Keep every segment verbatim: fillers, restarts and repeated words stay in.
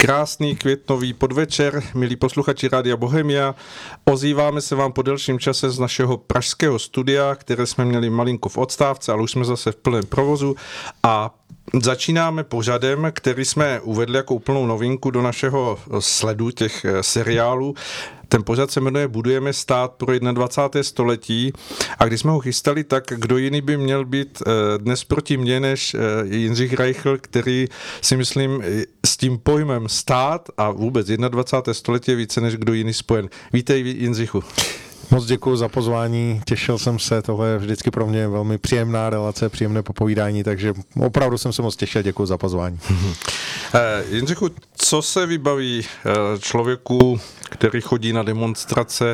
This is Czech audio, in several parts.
Krásný květnový podvečer, milí posluchači Rádia Bohemia. Ozýváme se vám po delším čase z našeho pražského studia, které jsme měli malinko v odstávce, ale už jsme zase v plném provozu a začínáme pořadem, který jsme uvedli jako úplnou novinku do našeho sledu těch seriálů. Ten pořad se jmenuje Budujeme stát pro dvacáté první století a když jsme ho chystali, tak kdo jiný by měl být dnes proti mně než Jindřich Reichl, který si myslím s tím pojmem stát a vůbec dvacáté první století je více než kdo jiný spojen. Vítej, Jindřichu. Moc děkuji za pozvání, těšil jsem se, tohle je vždycky pro mě velmi příjemná relace, příjemné popovídání, takže opravdu jsem se moc těšil, děkuji za pozvání. Jindřichu, co se vybaví člověku, který chodí na demonstrace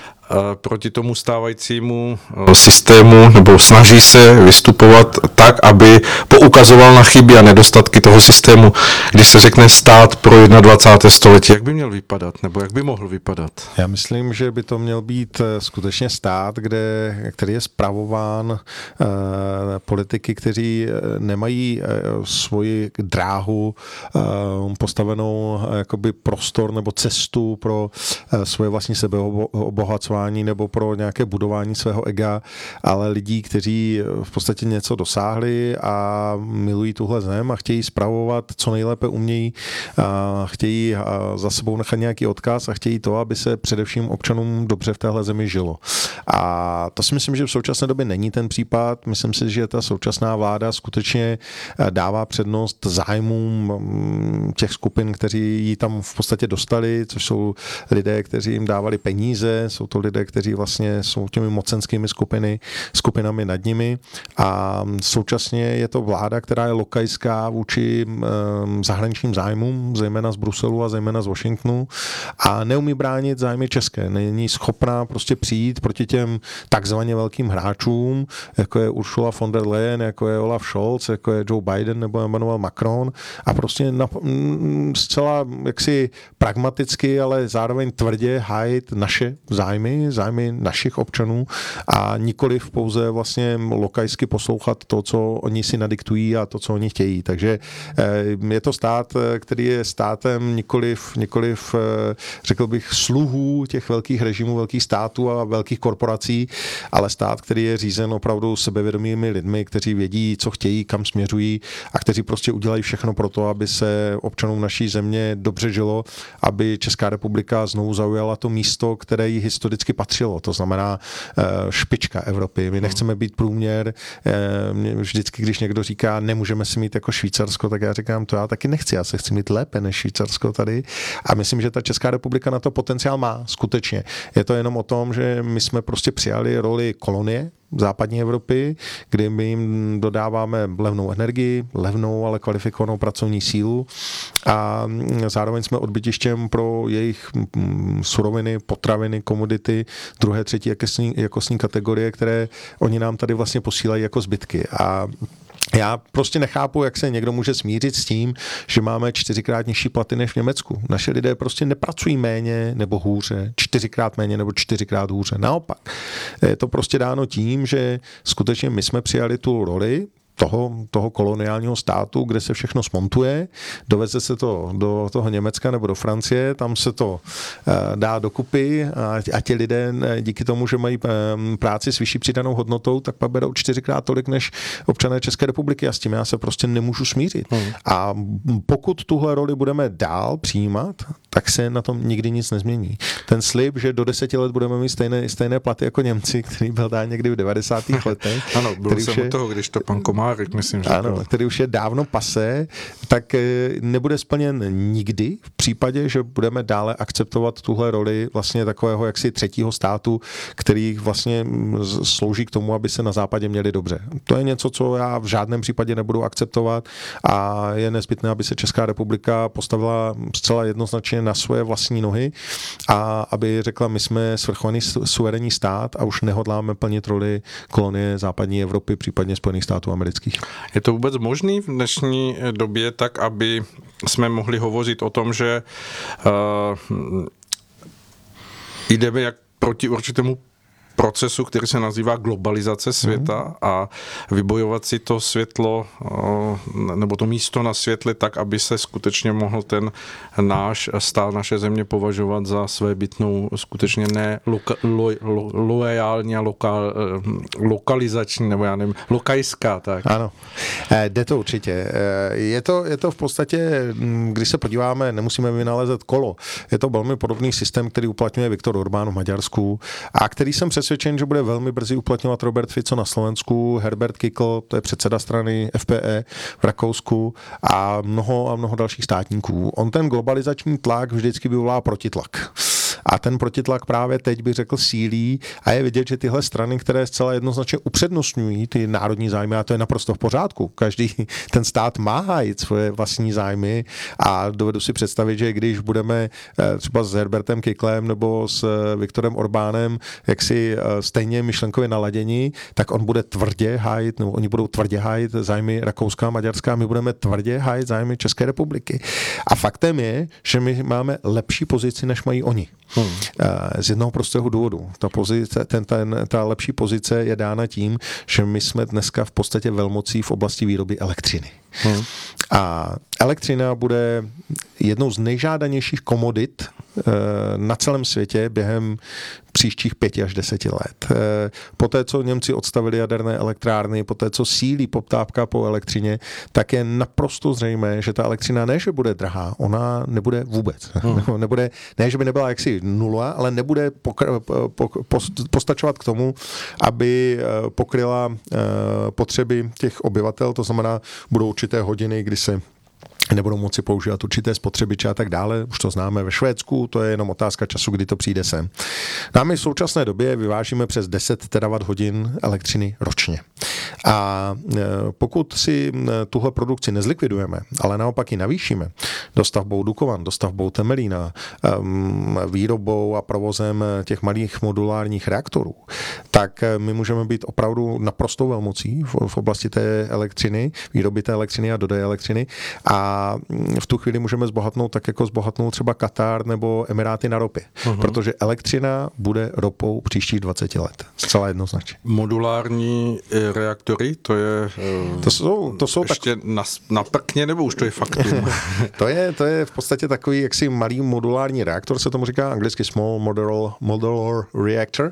proti tomu stávajícímu systému, nebo snaží se vystupovat tak, aby poukazoval na chyby a nedostatky toho systému, když se řekne stát pro dvacáté první století, jak by měl vypadat, nebo jak by mohl vypadat? Já myslím, že by to měl být skutečně stát, kde, který je spravován eh, politiky, kteří nemají eh, svoji dráhu eh, postavenou eh, jakoby prostor nebo cestu pro eh, svoje vlastní sebeobohacování nebo pro nějaké budování svého ega, ale lidí, kteří v podstatě něco dosáhli a milují tuhle zem a chtějí spravovat, co nejlépe umějí, a chtějí za sebou nechat nějaký odkaz a chtějí to, aby se především občanům dobře v téhle zemi žilo. A to si myslím, že v současné době není ten případ. Myslím si, že ta současná vláda skutečně dává přednost zájmům těch skupin, kteří ji tam v podstatě dostali, což jsou lidé, kteří jim dávali peníze, jsou to lidé, kteří vlastně jsou těmi mocenskými skupiny, skupinami nad nimi a současně je to vláda, která je lokajská vůči um, zahraničním zájmům, zejména z Bruselu a zejména z Washingtonu a neumí bránit zájmy české. Není schopná prostě přijít proti těm takzvaně velkým hráčům, jako je Ursula von der Leyen, jako je Olaf Scholz, jako je Joe Biden nebo Emmanuel Macron a prostě na, m, zcela jaksi pragmaticky, ale zároveň tvrdě hájit naše zájmy, zájmy našich občanů a nikoliv pouze vlastně lokajsky poslouchat to, co oni si nadiktují a to, co oni chtějí. Takže je to stát, který je státem nikoliv, nikoliv řekl bych, sluhů těch velkých režimů, velkých států a velkých korporací, ale stát, který je řízen opravdu sebevědomými lidmi, kteří vědí, co chtějí, kam směřují a kteří prostě udělají všechno pro to, aby se občanům naší země dobře žilo, aby Česká republika znovu zaujala to místo, které jí historicky patřilo. To znamená špička Evropy. My nechceme být průměr. Vždycky, když někdo říká, nemůžeme si mít jako Švýcarsko, tak já říkám, to já taky nechci. Já se chci mít lépe než Švýcarsko tady. A myslím, že ta Česká republika na to potenciál má. Skutečně. Je to jenom o tom, že my jsme prostě přijali roli kolonie západní Evropy, kdy my jim dodáváme levnou energii, levnou, ale kvalifikovanou pracovní sílu a zároveň jsme odbytištěm pro jejich suroviny, potraviny, komodity, druhé, třetí jakostní, jakostní kategorie, které oni nám tady vlastně posílají jako zbytky. A já prostě nechápu, jak se někdo může smířit s tím, že máme čtyřikrát nižší platy než v Německu. Naše lidé prostě nepracují méně nebo hůře, čtyřikrát méně nebo čtyřikrát hůře. Naopak. Je to prostě dáno tím, že skutečně my jsme přijali tu roli toho, toho koloniálního státu, kde se všechno smontuje, doveze se to do toho Německa nebo do Francie, tam se to uh, dá dokupy a, a ti lidé díky tomu, že mají um, práci s vyšší přidanou hodnotou, tak pak berou čtyřikrát tolik než občané České republiky a s tím já se prostě nemůžu smířit. Hmm. A pokud tuhle roli budeme dál přijímat, tak se na tom nikdy nic nezmění. Ten slib, že do deseti let budeme mít stejné, stejné platy jako Němci, který byl dán někdy v devadesátých letech. Ano, byl jsem u toho, když to pan Komárek, myslím, že ano, který už je dávno pasé, tak nebude splněn nikdy v případě, že budeme dále akceptovat tuhle roli vlastně takového jaksi třetího státu, který vlastně slouží k tomu, aby se na západě měli dobře. To je něco, co já v žádném případě nebudu akceptovat a je nezbytné, aby se Česká republika postavila zcela jednoznačně na svoje vlastní nohy a aby řekla, my jsme svrchovaný suverénní stát a už nehodláme plnit roli kolonie západní Evropy, případně Spojených států amerických. Je to vůbec možný v dnešní době tak, aby jsme mohli hovořit o tom, že uh, jdeme jak proti určitému procesu, který se nazývá globalizace světa mm. a vybojovat si to světlo nebo to místo na světle tak, aby se skutečně mohl ten náš stát, naše země považovat za svébytnou, skutečně ne loka, lo, lo, loajální a lokal, lokalizační, nebo já nevím, lokajská. Tak. Ano, jde to určitě. Je to, je to v podstatě, když se podíváme, nemusíme vynalezet kolo. Je to velmi podobný systém, který uplatňuje Viktor Orbán v Maďarsku a který jsem přesvědčen, že bude velmi brzy uplatňovat Robert Fico na Slovensku, Herbert Kickl, to je předseda strany F P E v Rakousku a mnoho a mnoho dalších státníků. On ten globalizační tlak vždycky vyvolá protitlak. A ten protitlak právě teď bych řekl sílí a je vidět, že tyhle strany, které zcela jednoznačně upřednostňují ty národní zájmy, a to je naprosto v pořádku. Každý ten stát má hájit svoje vlastní zájmy a dovedu si představit, že když budeme třeba s Herbertem Kicklem nebo s Viktorem Orbánem jaksi stejně myšlenkově naladěni, tak on bude tvrdě hájit, nebo oni budou tvrdě hájit zájmy Rakouska a Maďarska a my budeme tvrdě hájit zájmy České republiky. A faktem je, že my máme lepší pozici, než mají oni. Hmm. Z jednoho prostého důvodu. Ta, pozice, ten, ten, ta lepší pozice je dána tím, že my jsme dneska v podstatě velmocí v oblasti výroby elektřiny. Hmm. A elektřina bude jednou z nejžádanějších komodit na celém světě během příštích pěti až deseti let. Poté, co Němci odstavili jaderné elektrárny, poté, co sílí poptávka po elektřině, tak je naprosto zřejmé, že ta elektřina ne, že bude drahá, ona nebude vůbec. Hmm. Nebude, ne, že by nebyla jaksi nula, ale nebude pokr- po, po, postačovat k tomu, aby pokryla potřeby těch obyvatel, to znamená, budou určité hodiny, kdy se nebudou moci používat určité spotřebiče a tak dále. Už to známe ve Švédsku, to je jenom otázka času, kdy to přijde sem. No a my v současné době vyvážíme přes deset terawatt hodin elektřiny ročně. A pokud si tuhle produkci nezlikvidujeme, ale naopak ji navýšíme dostavbou Dukovan, dostavbou Temelína, výrobou a provozem těch malých modulárních reaktorů, tak my můžeme být opravdu naprostou velmocí v oblasti té elektřiny, výroby té elektřiny a dodaje elektřiny a v tu chvíli můžeme zbohatnout tak, jako zbohatnou třeba Katar nebo Emiráty na ropě. Uh-huh. Protože elektřina bude ropou příštích dvacet let. Zcela jednoznačně. Modulární reaktory, to je to jsou, to jsou ještě tak... na, na prkně, nebo už to je faktum? to, je, to je v podstatě takový jaksi malý modulární reaktor, se tomu říká anglicky Small Modular, modular Reactor.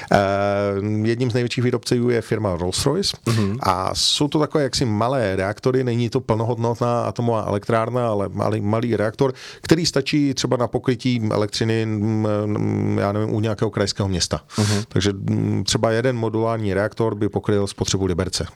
Uh, jedním z největších výrobců je firma Rolls-Royce uh-huh. a jsou to takové jaksi malé reaktory, není to plnohodnotná atomová elektrárna, ale malý, malý reaktor, který stačí třeba na pokrytí elektřiny, já nevím, u nějakého krajského města. Uh-huh. Takže třeba jeden modulární reaktor by pokryl spotřebu Liberce.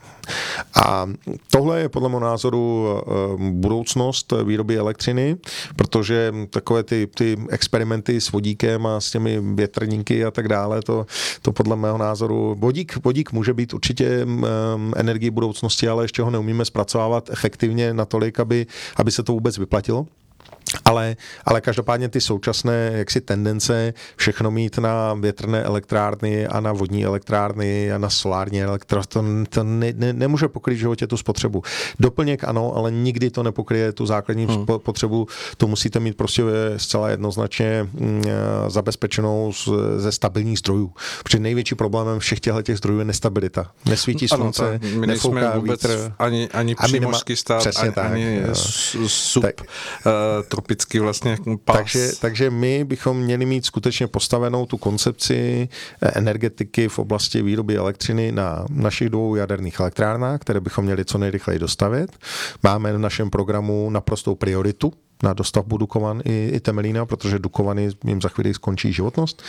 A tohle je podle mého názoru budoucnost výroby elektřiny, protože takové ty, ty experimenty s vodíkem a s těmi větrníky a tak dále, to, to podle mého názoru, vodík, vodík může být určitě energií budoucnosti, ale ještě ho neumíme zpracovávat efektivně natolik, aby, aby se to vůbec vyplatilo. Ale, ale každopádně ty současné jaksi tendence všechno mít na větrné elektrárny a na vodní elektrárny a na solární elektrárny, to, to ne, ne, nemůže pokrýt v životě tu spotřebu. Doplněk ano, ale nikdy to nepokryje tu základní hmm. potřebu. To musíte mít prostě zcela jednoznačně mm, zabezpečenou z, ze stabilních zdrojů. Protože největší problémem všech těchto zdrojů je nestabilita. Nesvítí slunce, ano, my nefouká vítr. Ani, ani přímořský stát, ani, tak, ani sub tak, uh, tropický vlastně pás. Takže, takže my bychom měli mít skutečně postavenou tu koncepci energetiky v oblasti výroby elektřiny na našich dvou jaderných elektrárnách, které bychom měli co nejrychleji dostavět. Máme v našem programu naprostou prioritu na dostavbu Dukovan i, i Temelína, protože Dukovany jim za chvíli skončí životnost.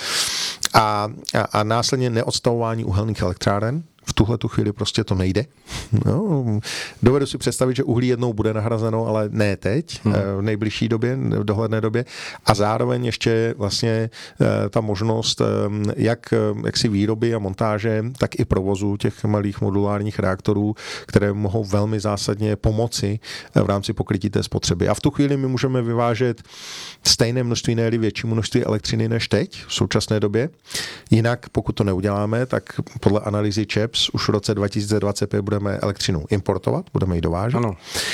A, a, a následně neodstavování uhelných elektráren. V tuhle tu chvíli prostě to nejde. No, dovedu si představit, že uhlí jednou bude nahrazeno, ale ne teď, hmm. v nejbližší době, v dohledné době. A zároveň ještě vlastně ta možnost jak, jak si výroby a montáže, tak i provozu těch malých modulárních reaktorů, které mohou velmi zásadně pomoci v rámci pokrytí té spotřeby. A v tu chvíli my můžeme vyvážet stejné množství, ne-li větší množství elektřiny než teď v současné době. Jinak, pokud to neuděláme, tak podle analýzy ČEPS ČEPS, už v roce dva tisíce dvacet pět budeme elektřinu importovat, budeme ji dovážet. Ano.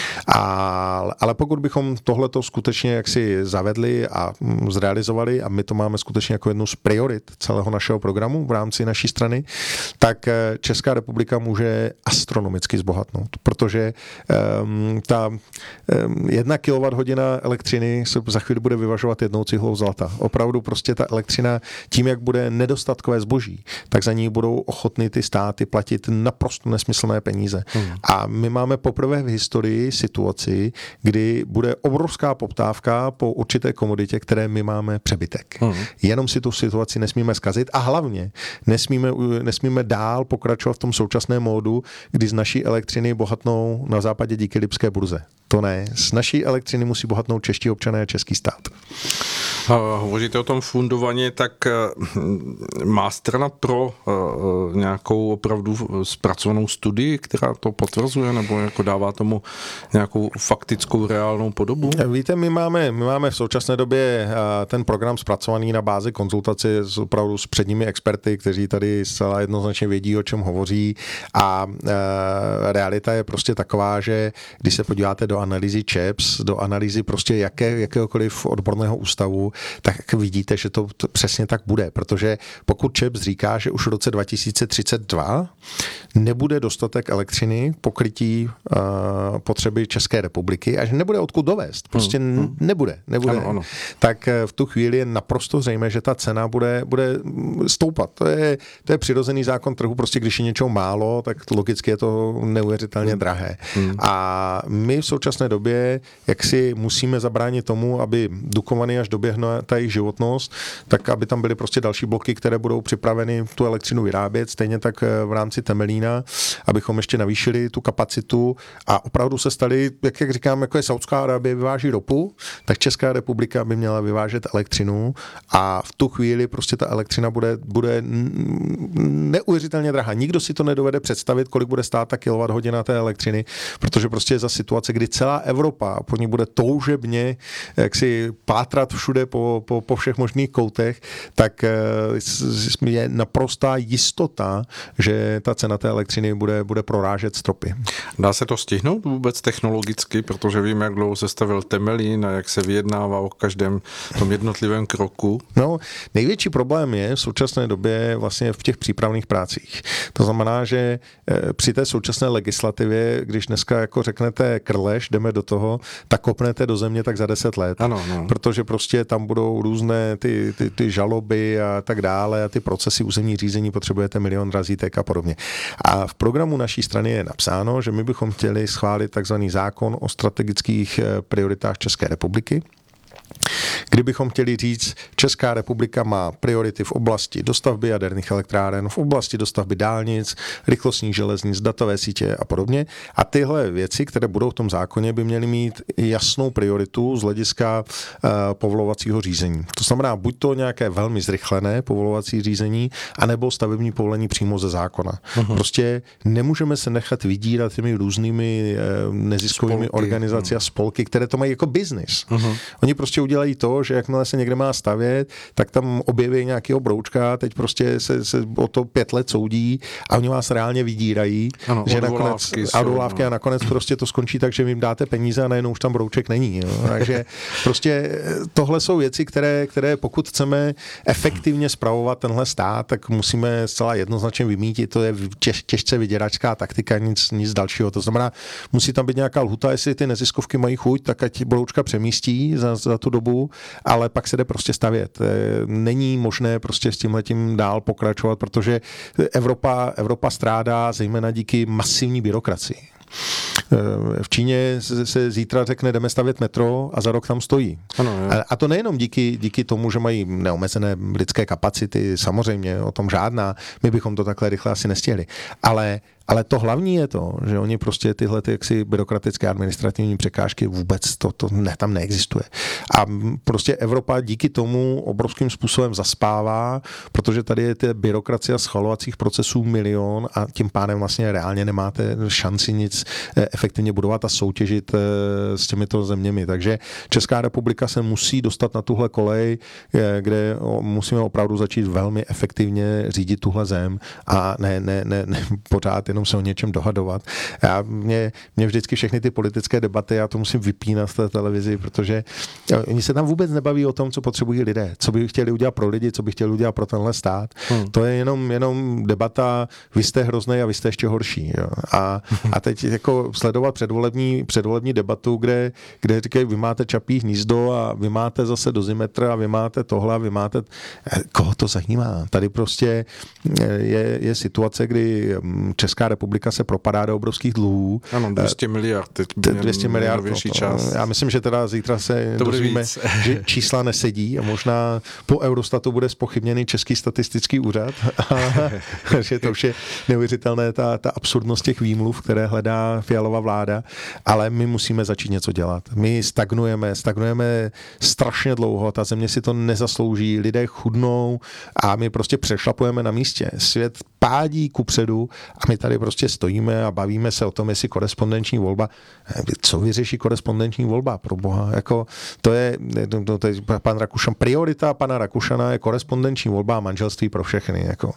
A, ale pokud bychom tohleto skutečně jaksi zavedli a zrealizovali, a my to máme skutečně jako jednu z priorit celého našeho programu v rámci naší strany, tak Česká republika může astronomicky zbohatnout, protože um, ta um, jedna kilowatthodina elektřiny se za chvíli bude vyvažovat jednou cihlou zlata. Opravdu prostě ta elektřina, tím, jak bude nedostatkové zboží, tak za ní budou ochotny ty státy platit naprosto nesmyslné peníze. Hmm. A my máme poprvé v historii situaci, kdy bude obrovská poptávka po určité komoditě, které my máme přebytek. Hmm. Jenom si tu situaci nesmíme zkazit a hlavně nesmíme, nesmíme dál pokračovat v tom současném módu, kdy z naší elektřiny bohatnou na západě díky lipské burze. To ne. Z naší elektřiny musí bohatnout čeští občané a český stát. Hovoříte o tom fundovaně, tak má strana pro nějakou opravdu zpracovanou studii, která to potvrzuje, nebo jako dává tomu nějakou faktickou reálnou podobu? Víte, my máme, my máme v současné době ten program zpracovaný na bázi konzultace s opravdu s předními experty, kteří tady zcela jednoznačně vědí, o čem hovoří, a realita je prostě taková, že když se podíváte do analýzy ČEPS, do analýzy prostě jaké, jakéhokoliv odborného ústavu, tak vidíte, že to, to přesně tak bude, protože pokud ČEPS říká, že už v roce dva tisíce třicet dva nebude dostatek elektřiny k pokrytí uh, potřeby České republiky a že nebude odkud dovést, prostě hmm. n- nebude, nebude, ano, ano. tak v tu chvíli je naprosto zřejmé, že ta cena bude, bude stoupat. To je, to je přirozený zákon trhu, prostě když je něčeho málo, tak logicky je to neuvěřitelně hmm. drahé. Hmm. A my v současné době, jak si musíme zabránit tomu, aby Dukovany až doběhne ta jejich životnost, tak aby tam byly prostě další bloky, které budou připraveny tu elektřinu vyrábět, stejně tak v rámci Temelína, abychom ještě navýšili tu kapacitu a opravdu se stali, jak, jak říkám, jako je Saudská Arábie vyváží ropu, tak Česká republika by měla vyvážet elektřinu a v tu chvíli prostě ta elektřina bude, bude neuvěřitelně drahá. Nikdo si to nedovede představit, kolik bude stát ta kilowatthodina té elektřiny, protože prostě je za situace, kdy celá Evropa po ní bude toužebně jaksi pátrat všude po, po, po všech možných koutech, tak je naprostá jistota, že ta cena té elektřiny bude, bude prorážet stropy. Dá se to stihnout vůbec technologicky, protože vím, jak dlouho se stavil Temelín a jak se vyjednává o každém tom jednotlivém kroku? No, největší problém je v současné době vlastně v těch přípravných prácích. To znamená, že při té současné legislativě, když dneska jako řeknete krleš, jdeme do toho, tak kopnete do země tak za deset let. Ano, no. Protože prostě tam budou různé ty, ty, ty žaloby a tak dále a ty procesy územní řízení, potřebujete milion razítek a podobně. A v programu naší strany je napsáno, že my bychom chtěli schválit takzvaný zákon o strategických prioritách České republiky, kdybychom chtěli říct, Česká republika má priority v oblasti dostavby jaderných elektráren, v oblasti dostavby dálnic, rychlostních železnic, datové sítě a podobně. A tyhle věci, které budou v tom zákoně, by měly mít jasnou prioritu z hlediska uh, povolovacího řízení. To znamená buď to nějaké velmi zrychlené povolovací řízení, anebo stavební povolení přímo ze zákona. Uh-huh. Prostě nemůžeme se nechat vydírat těmi různými uh, neziskovými organizacemi a spolky, které to mají jako biznis. Uh-huh. Oni prostě udělají to, že jakmile se někde má stavět, tak tam objeví nějakého broučka, teď prostě se, se o to pět let soudí a oni vás reálně vydírají, ano, že nakonec a dolávky a nakonec prostě to skončí tak, že vy jim dáte peníze a najednou už tam brouček není. Jo. Takže prostě tohle jsou věci, které, které pokud chceme efektivně spravovat tenhle stát, tak musíme zcela jednoznačně vymítit. To je těž, těžce vyděračská taktika, nic, nic dalšího. To znamená, musí tam být nějaká lhuta, jestli ty neziskovky mají chuť, tak ať broučka přemístí za, za tu dobu, ale pak se jde prostě stavět. Není možné prostě s tímhletím dál pokračovat, protože Evropa, Evropa strádá zejména díky masivní byrokracii. V Číně se zítra řekne, jdeme stavět metro a za rok tam stojí. Ano, a to nejenom díky, díky tomu, že mají neomezené lidské kapacity, samozřejmě o tom žádná, my bychom to takhle rychle asi nestihli, ale Ale to hlavní je to, že oni prostě tyhle ty jaksi byrokratické administrativní překážky vůbec to, to ne, tam neexistuje. A prostě Evropa díky tomu obrovským způsobem zaspává, protože tady je ty byrokracie schvalovacích procesů milion a tím pádem vlastně reálně nemáte šanci nic efektivně budovat a soutěžit s těmito zeměmi. Takže Česká republika se musí dostat na tuhle kolej, kde musíme opravdu začít velmi efektivně řídit tuhle zem a ne, ne, ne, ne pořád jenom se o něčem dohadovat. Já, mě, mě vždycky všechny ty politické debaty, já to musím vypínat z té televizi, protože oni se tam vůbec nebaví o tom, co potřebují lidé, co by chtěli udělat pro lidi, co by chtěli udělat pro tenhle stát. Hmm. To je jenom, jenom debata, vy jste hrozný a vy jste ještě horší. Jo. A, a teď jako sledovat předvolební, předvolební debatu, kde, kde říkají, vy máte Čapí hnízdo a vy máte zase dozimetr a vy máte tohle a vy máte... Koho to zajímá? Tady prostě je, je situace, kdy Česká republika se propadá do obrovských dluhů. Ano, dvě stě miliard. Teď dvě stě miliard. Větší část. Já myslím, že teda zítra se to dozvíme, že čísla nesedí a možná po Eurostatu bude zpochybněný Český statistický úřad. že to už je neuvěřitelné, ta, ta absurdnost těch výmluv, které hledá Fialova vláda, ale my musíme začít něco dělat. My stagnujeme, stagnujeme strašně dlouho, ta země si to nezaslouží, lidé chudnou a my prostě přešlapujeme na místě. Svět pádí kupředu a my tady prostě stojíme a bavíme se o tom, jestli korespondenční volba, co vyřeší korespondenční volba, pro boha, jako to je, to, to je pan Rakušan, priorita pana Rakušana je korespondenční volba a manželství pro všechny, jako.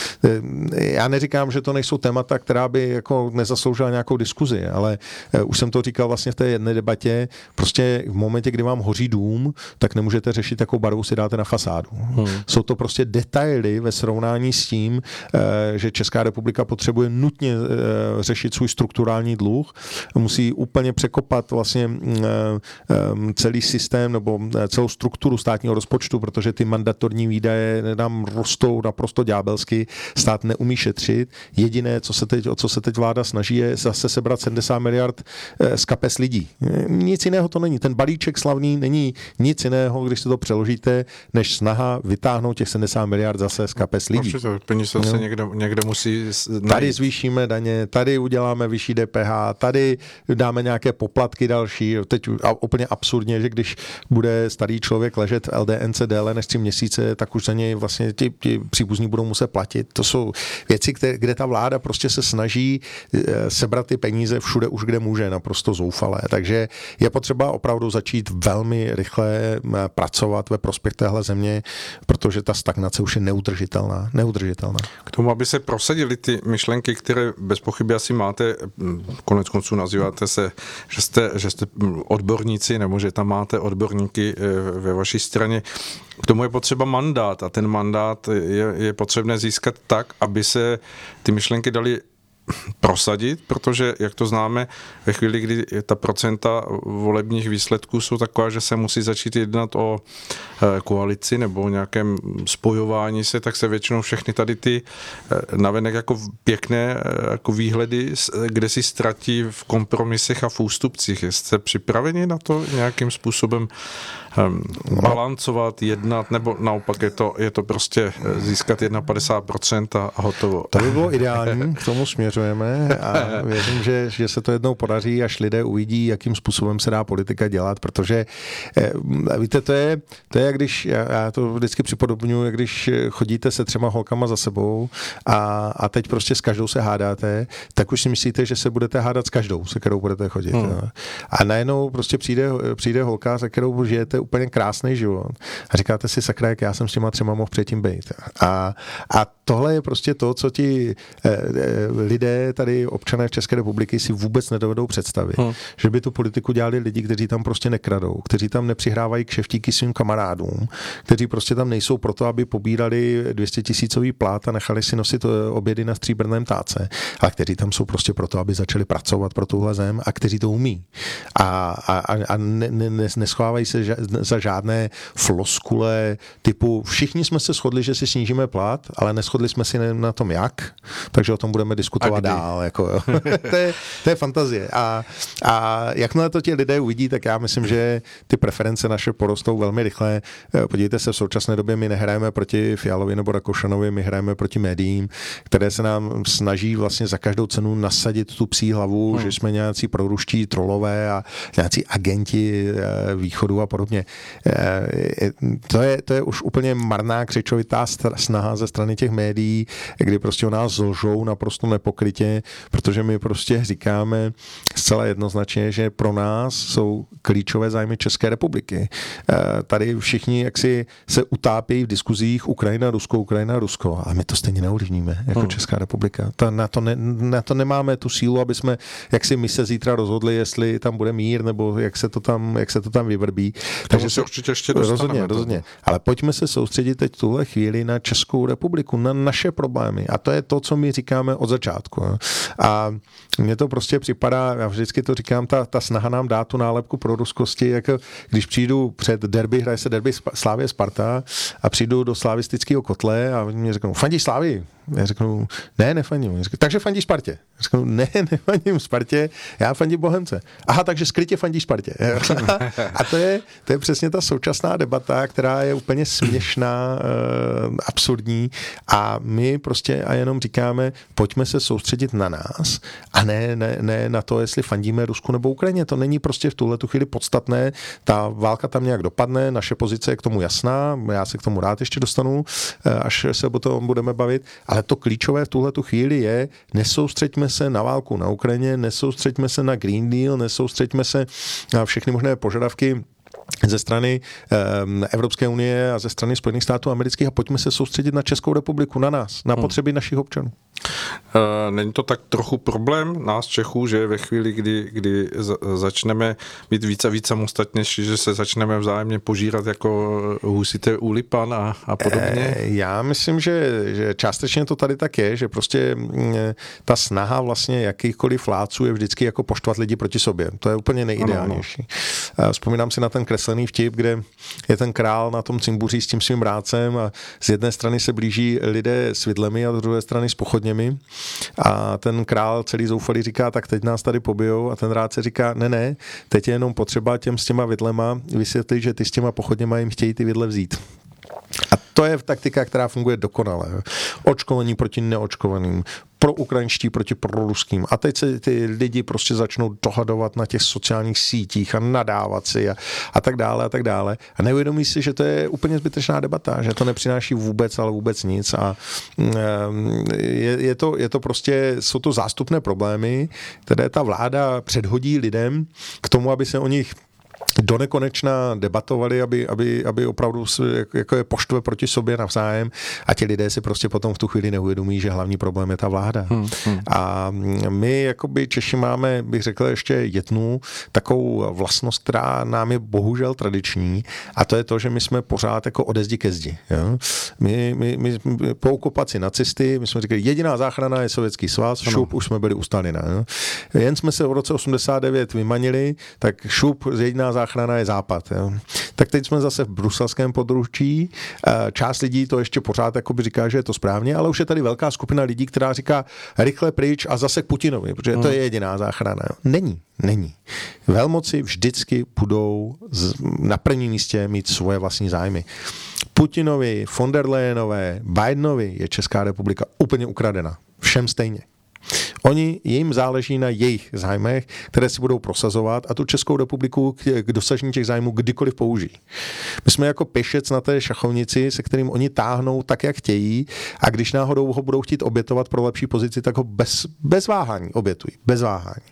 Já neříkám, že to nejsou témata, která by jako nezasloužila nějakou diskuzi, ale už jsem to říkal vlastně v té jedné debatě, prostě v momentě, kdy vám hoří dům, tak nemůžete řešit, jakou barvu si dáte na fasádu. Hmm. Jsou to prostě detaily ve srovnání s tím, že Česká republika potřebuje nutně řešit svůj strukturální dluh, musí úplně překopat vlastně celý systém nebo celou strukturu státního rozpočtu, protože ty mandatorní výdaje nám rostou naprosto ďábelsky, stát neumí šetřit. Jediné, co se teď, o co se teď vláda snaží, je zase sebrat sedmdesát miliard z kapes lidí. Nic jiného to není. Ten balíček slavný není nic jiného, když se to přeložíte, než snaha vytáhnout těch sedmdesát miliard zase z kapes lidí. Určitě, peníze se někde, někde musí najít. Tady zvýšíme daně, tady uděláme vyšší D P H, tady dáme nějaké poplatky další. Teď úplně absurdně, že když bude starý člověk ležet v L D N C déle než tři měsíce, tak už za něj vlastně ti, ti příbuzní budou muset platit. To jsou věci, které, kde ta vláda prostě se snaží sebrat ty peníze všude už, kde může, naprosto zoufalé. Takže je potřeba opravdu začít velmi rychle pracovat ve prospěch téhle země, protože ta stagnace už je neudržitelná. neudržitelná. K tomu, aby se prosadily ty myšlenky, které bez pochyby asi máte, konec konců nazýváte se, že jste, že jste odborníci, nebo že tam máte odborníky ve vaší straně. K tomu je potřeba mandát a ten mandát je, je potřebné získat tak, aby se ty myšlenky daly prosadit, protože, jak to známe, ve chvíli, kdy ta procenta volebních výsledků jsou taková, že se musí začít jednat o koalici nebo o nějakém spojování se, tak se většinou všechny tady ty navenek jako pěkné jako výhledy, kde si ztratí v kompromisech a v ústupcích. Jste připraveni na to nějakým způsobem balancovat, jednat, nebo naopak je to, je to prostě získat padesát jedna procent a hotovo. To by bylo ideální, k tomu směřujeme a věřím, že, že se to jednou podaří, až lidé uvidí, jakým způsobem se dá politika dělat, protože víte, to je, to je jak když, já to vždycky připodobňuji, jak když chodíte se třema holkama za sebou a, a teď prostě s každou se hádáte, tak už si myslíte, že se budete hádat s každou, se kterou budete chodit. Hmm. A najednou prostě přijde, přijde holka, se kterou žijete úplně krásný život. A říkáte si, sakra, jak já jsem s těma třema mohl předtím být. A, a tohle je prostě to, co ti eh, lidé tady, občané České republiky, si vůbec nedovedou představit. Hmm. Že by tu politiku dělali lidi, kteří tam prostě nekradou, kteří tam nepřihrávají kšeftíky svým kamarádům, kteří prostě tam nejsou proto, aby pobírali dvě stě tisícový plát a nechali si nosit obědy na stříbrném táce, ale kteří tam jsou prostě proto, aby začali pracovat pro tuhle zem a kteří to umí. A, a, a ne, ne, neschovávají se ža, za žádné floskule typu všichni jsme se shodli, že si snížíme plat, ale neschodli jsme si na tom jak, takže o tom budeme diskutovat Ostrava dál. Jako, to, je, to je fantazie. A, a jakmile to ti lidé uvidí, tak já myslím, že ty preference naše porostou velmi rychle. Podívejte se, v současné době my nehrajeme proti Fialovi nebo Rakušanovi, my hrajeme proti médiím, které se nám snaží vlastně za každou cenu nasadit tu psí hlavu, hmm. že jsme nějací proruští trolové a nějací agenti východu a podobně. To je, to je už úplně marná křičovitá snaha ze strany těch médií, kdy prostě o nás lžou naprosto nepokrytě, protože my prostě říkáme zcela jednoznačně, že pro nás jsou klíčové zájmy České republiky. Tady všichni jaksi se utápějí v diskuzích Ukrajina, Rusko, Ukrajina, Rusko, ale my to stejně neovlivníme jako hmm. Česká republika. Ta, na, to ne, na to nemáme tu sílu, aby jsme jaksi my se zítra rozhodli, jestli tam bude mír, nebo jak se to tam, jak se to tam vyvrbí. Takže se určitě ještě dostaneme. Rozhodně, rozhodně. Ale pojďme se soustředit teď v tuhle chvíli na Českou republiku, na naše problémy. A to je to, co my říkáme od začátku. A mně to prostě připadá, já vždycky to říkám, ta, ta snaha nám dát tu nálepku pro ruskosti, jako když přijdu před derby, hraje se derby Slavie Sparta a přijdu do slavistického kotle a oni mi řeknou, fandíš Slavii? Já řeknu, ne, nefandím. Řeknu, takže fandíš Spartě. Já řeknu, ne, nefandím Spartě, já fandím Bohemce. Aha, takže skrytě fandíš Spartě. A to je, to je přesně ta současná debata, která je úplně směšná, absurdní a my prostě a jenom říkáme, pojďme se soustředit na nás a ne, ne, ne na to, jestli fandíme Rusku nebo Ukrajině. To není prostě v tuhle tu chvíli podstatné. Ta válka tam nějak dopadne, naše pozice je k tomu jasná, já se k tomu rád ještě dostanu, až se o tom budeme bavit. Ale to klíčové v tuhletu chvíli je, nesoustřeďme se na válku na Ukrajině, nesoustřeďme se na Green Deal, nesoustřeďme se na všechny možné požadavky ze strany um, Evropské unie a ze strany Spojených států amerických a pojďme se soustředit na Českou republiku, na nás, na potřeby hmm. našich občanů. Není to tak trochu problém nás Čechů, že ve chvíli, kdy, kdy začneme být více a více samostatnější, že se začneme vzájemně požírat jako husité u lipan a, a podobně? Já myslím, že, že částečně to tady tak je, že prostě ta snaha vlastně jakýchkoliv vládců je vždycky jako poštvat lidi proti sobě. To je úplně nejideálnější. Ano, ano. Vzpomínám si na ten kreslený vtip, kde je ten král na tom cimbuří s tím svým rádcem a z jedné strany se blíží lidé s vidlemi a z druhé strany s pochodněmi a ten král celý zoufalý říká, tak teď nás tady pobijou a ten rádce říká, ne, ne, teď je jenom potřeba těm s těma vidlema vysvětlit, že ty s těma pochodněma jim chtějí ty vidle vzít. A to je taktika, která funguje dokonale. Očkování proti neočkovaným, pro ukrajinští proti proruským. A teď se ty lidi prostě začnou dohadovat na těch sociálních sítích a nadávat si a, a tak dále a tak dále. A neuvědomí si, že to je úplně zbytečná debata, že to nepřináší vůbec, ale vůbec nic. A je, je, to, je to prostě, jsou to zástupné problémy, které ta vláda předhodí lidem k tomu, aby se o nich do nekonečna debatovali, aby, aby, aby opravdu jako je poštve proti sobě navzájem a ti lidé si prostě potom v tu chvíli neuvědomí, že hlavní problém je ta vláda. Hmm, hmm. A my jakoby Češi máme, bych řekl, ještě jednu takovou vlastnost, která nám je bohužel tradiční a to je to, že my jsme pořád jako ode zdi ke zdi. Jo? My, my, my po okupaci nacisty, my jsme říkali, jediná záchrana je Sovětský svaz, šup, už jsme byli u Stalina. Jo? Jen jsme se v roce osmdesát devět vymanili, tak šup, jediná záchrana je Západ. Jo. Tak teď jsme zase v bruselském područí. Část lidí to ještě pořád jakoby říká, že je to správně, ale už je tady velká skupina lidí, která říká rychle pryč a zase k Putinovi, protože to je jediná záchrana. Jo. Není, není. Velmoci vždycky budou na prvním místě mít svoje vlastní zájmy. Putinovi, von der Leyenové, Bidenovi je Česká republika úplně ukradena. Všem stejně. Oni, jim záleží na jejich zájmech, které si budou prosazovat a tu Českou republiku k, k dosažení těch zájmů kdykoliv použijí. My jsme jako pešec na té šachovnici, se kterým oni táhnou tak, jak chtějí a když náhodou ho budou chtít obětovat pro lepší pozici, tak ho bez, bez váhání obětují. Bez váhání.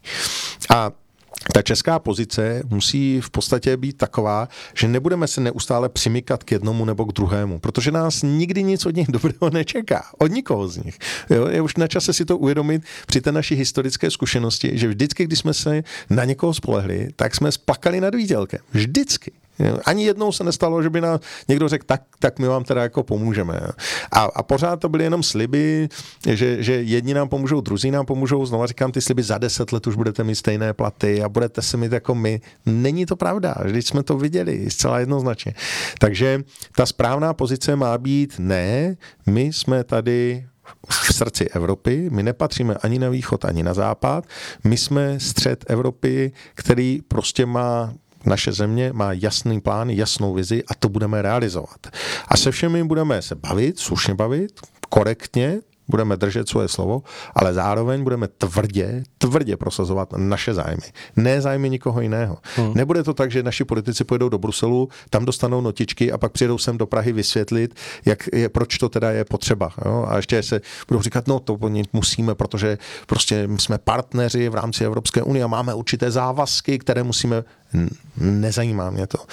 A ta česká pozice musí v podstatě být taková, že nebudeme se neustále přimykat k jednomu nebo k druhému, protože nás nikdy nic od nich dobrého nečeká. Od nikoho z nich. Jo, je už na čase si to uvědomit při té naší historické zkušenosti, že vždycky, když jsme se na někoho spolehli, tak jsme splakali nad výdělkem. Vždycky. Ani jednou se nestalo, že by nám někdo řekl, tak, tak my vám teda jako pomůžeme. A, a pořád to byly jenom sliby, že, že jedni nám pomůžou, druzí nám pomůžou. Znova říkám, ty sliby za deset let už budete mít stejné platy a budete se mít jako my. Není to pravda, vždyť jsme to viděli zcela jednoznačně. Takže ta správná pozice má být ne, my jsme tady v srdci Evropy, my nepatříme ani na východ, ani na západ, my jsme střed Evropy, který prostě má naše země má jasný plán, jasnou vizi a to budeme realizovat. A se všemi budeme se bavit, slušně bavit, korektně, budeme držet svoje slovo, ale zároveň budeme tvrdě, tvrdě prosazovat naše zájmy. Ne zájmy nikoho jiného. Hmm. Nebude to tak, že naši politici pojedou do Bruselu, tam dostanou notičky a pak přijedou sem do Prahy vysvětlit, jak je, proč to teda je potřeba. Jo? A ještě se budou říkat, no to musíme, protože prostě jsme partneři v rámci Evropské unie a máme určité závazky, které musíme. Nezajímá mě to.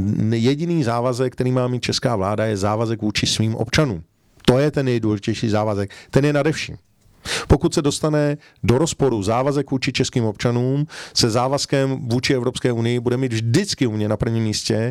Jediný závazek, který má mít česká vláda, je závazek vůči svým občanům. To je ten nejdůležitější závazek. Ten je nade vším. Pokud se dostane do rozporu závazek vůči českým občanům se závazkem vůči Evropské unii, bude mít vždycky u mě na prvním místě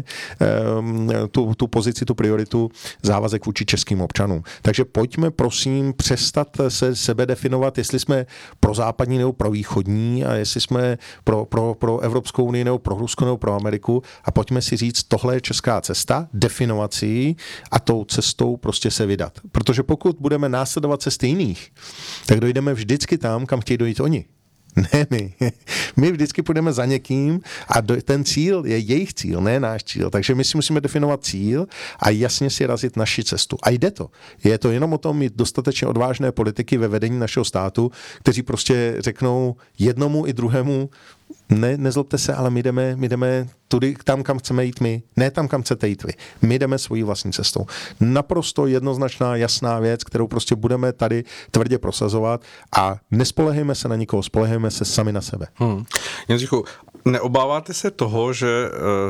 um, tu, tu pozici, tu prioritu závazek vůči českým občanům. Takže pojďme prosím přestat se sebe definovat, jestli jsme pro západní nebo pro východní a jestli jsme pro, pro, pro Evropskou unii nebo pro Rusko nebo pro Ameriku a pojďme si říct, tohle je česká cesta, definovat si ji a tou cestou prostě se vydat. Protože pokud budeme následovat cesty jiných, tak dojdeme vždycky tam, kam chtějí dojít oni. Ne my. My vždycky půjdeme za někým a ten cíl je jejich cíl, ne náš cíl. Takže my si musíme definovat cíl a jasně si razit naši cestu. A jde to. Je to jenom o tom mít dostatečně odvážné politiky ve vedení našeho státu, kteří prostě řeknou jednomu i druhému, ne, nezlobte se, ale my jdeme, my jdeme tudy, tam, kam chceme jít my, ne tam, kam chcete jít vy. My jdeme svojí vlastní cestou. Naprosto jednoznačná, jasná věc, kterou prostě budeme tady tvrdě prosazovat a nespolehejme se na nikoho, spolehejme se sami na sebe. Hmm. Jindřichu, neobáváte se toho, že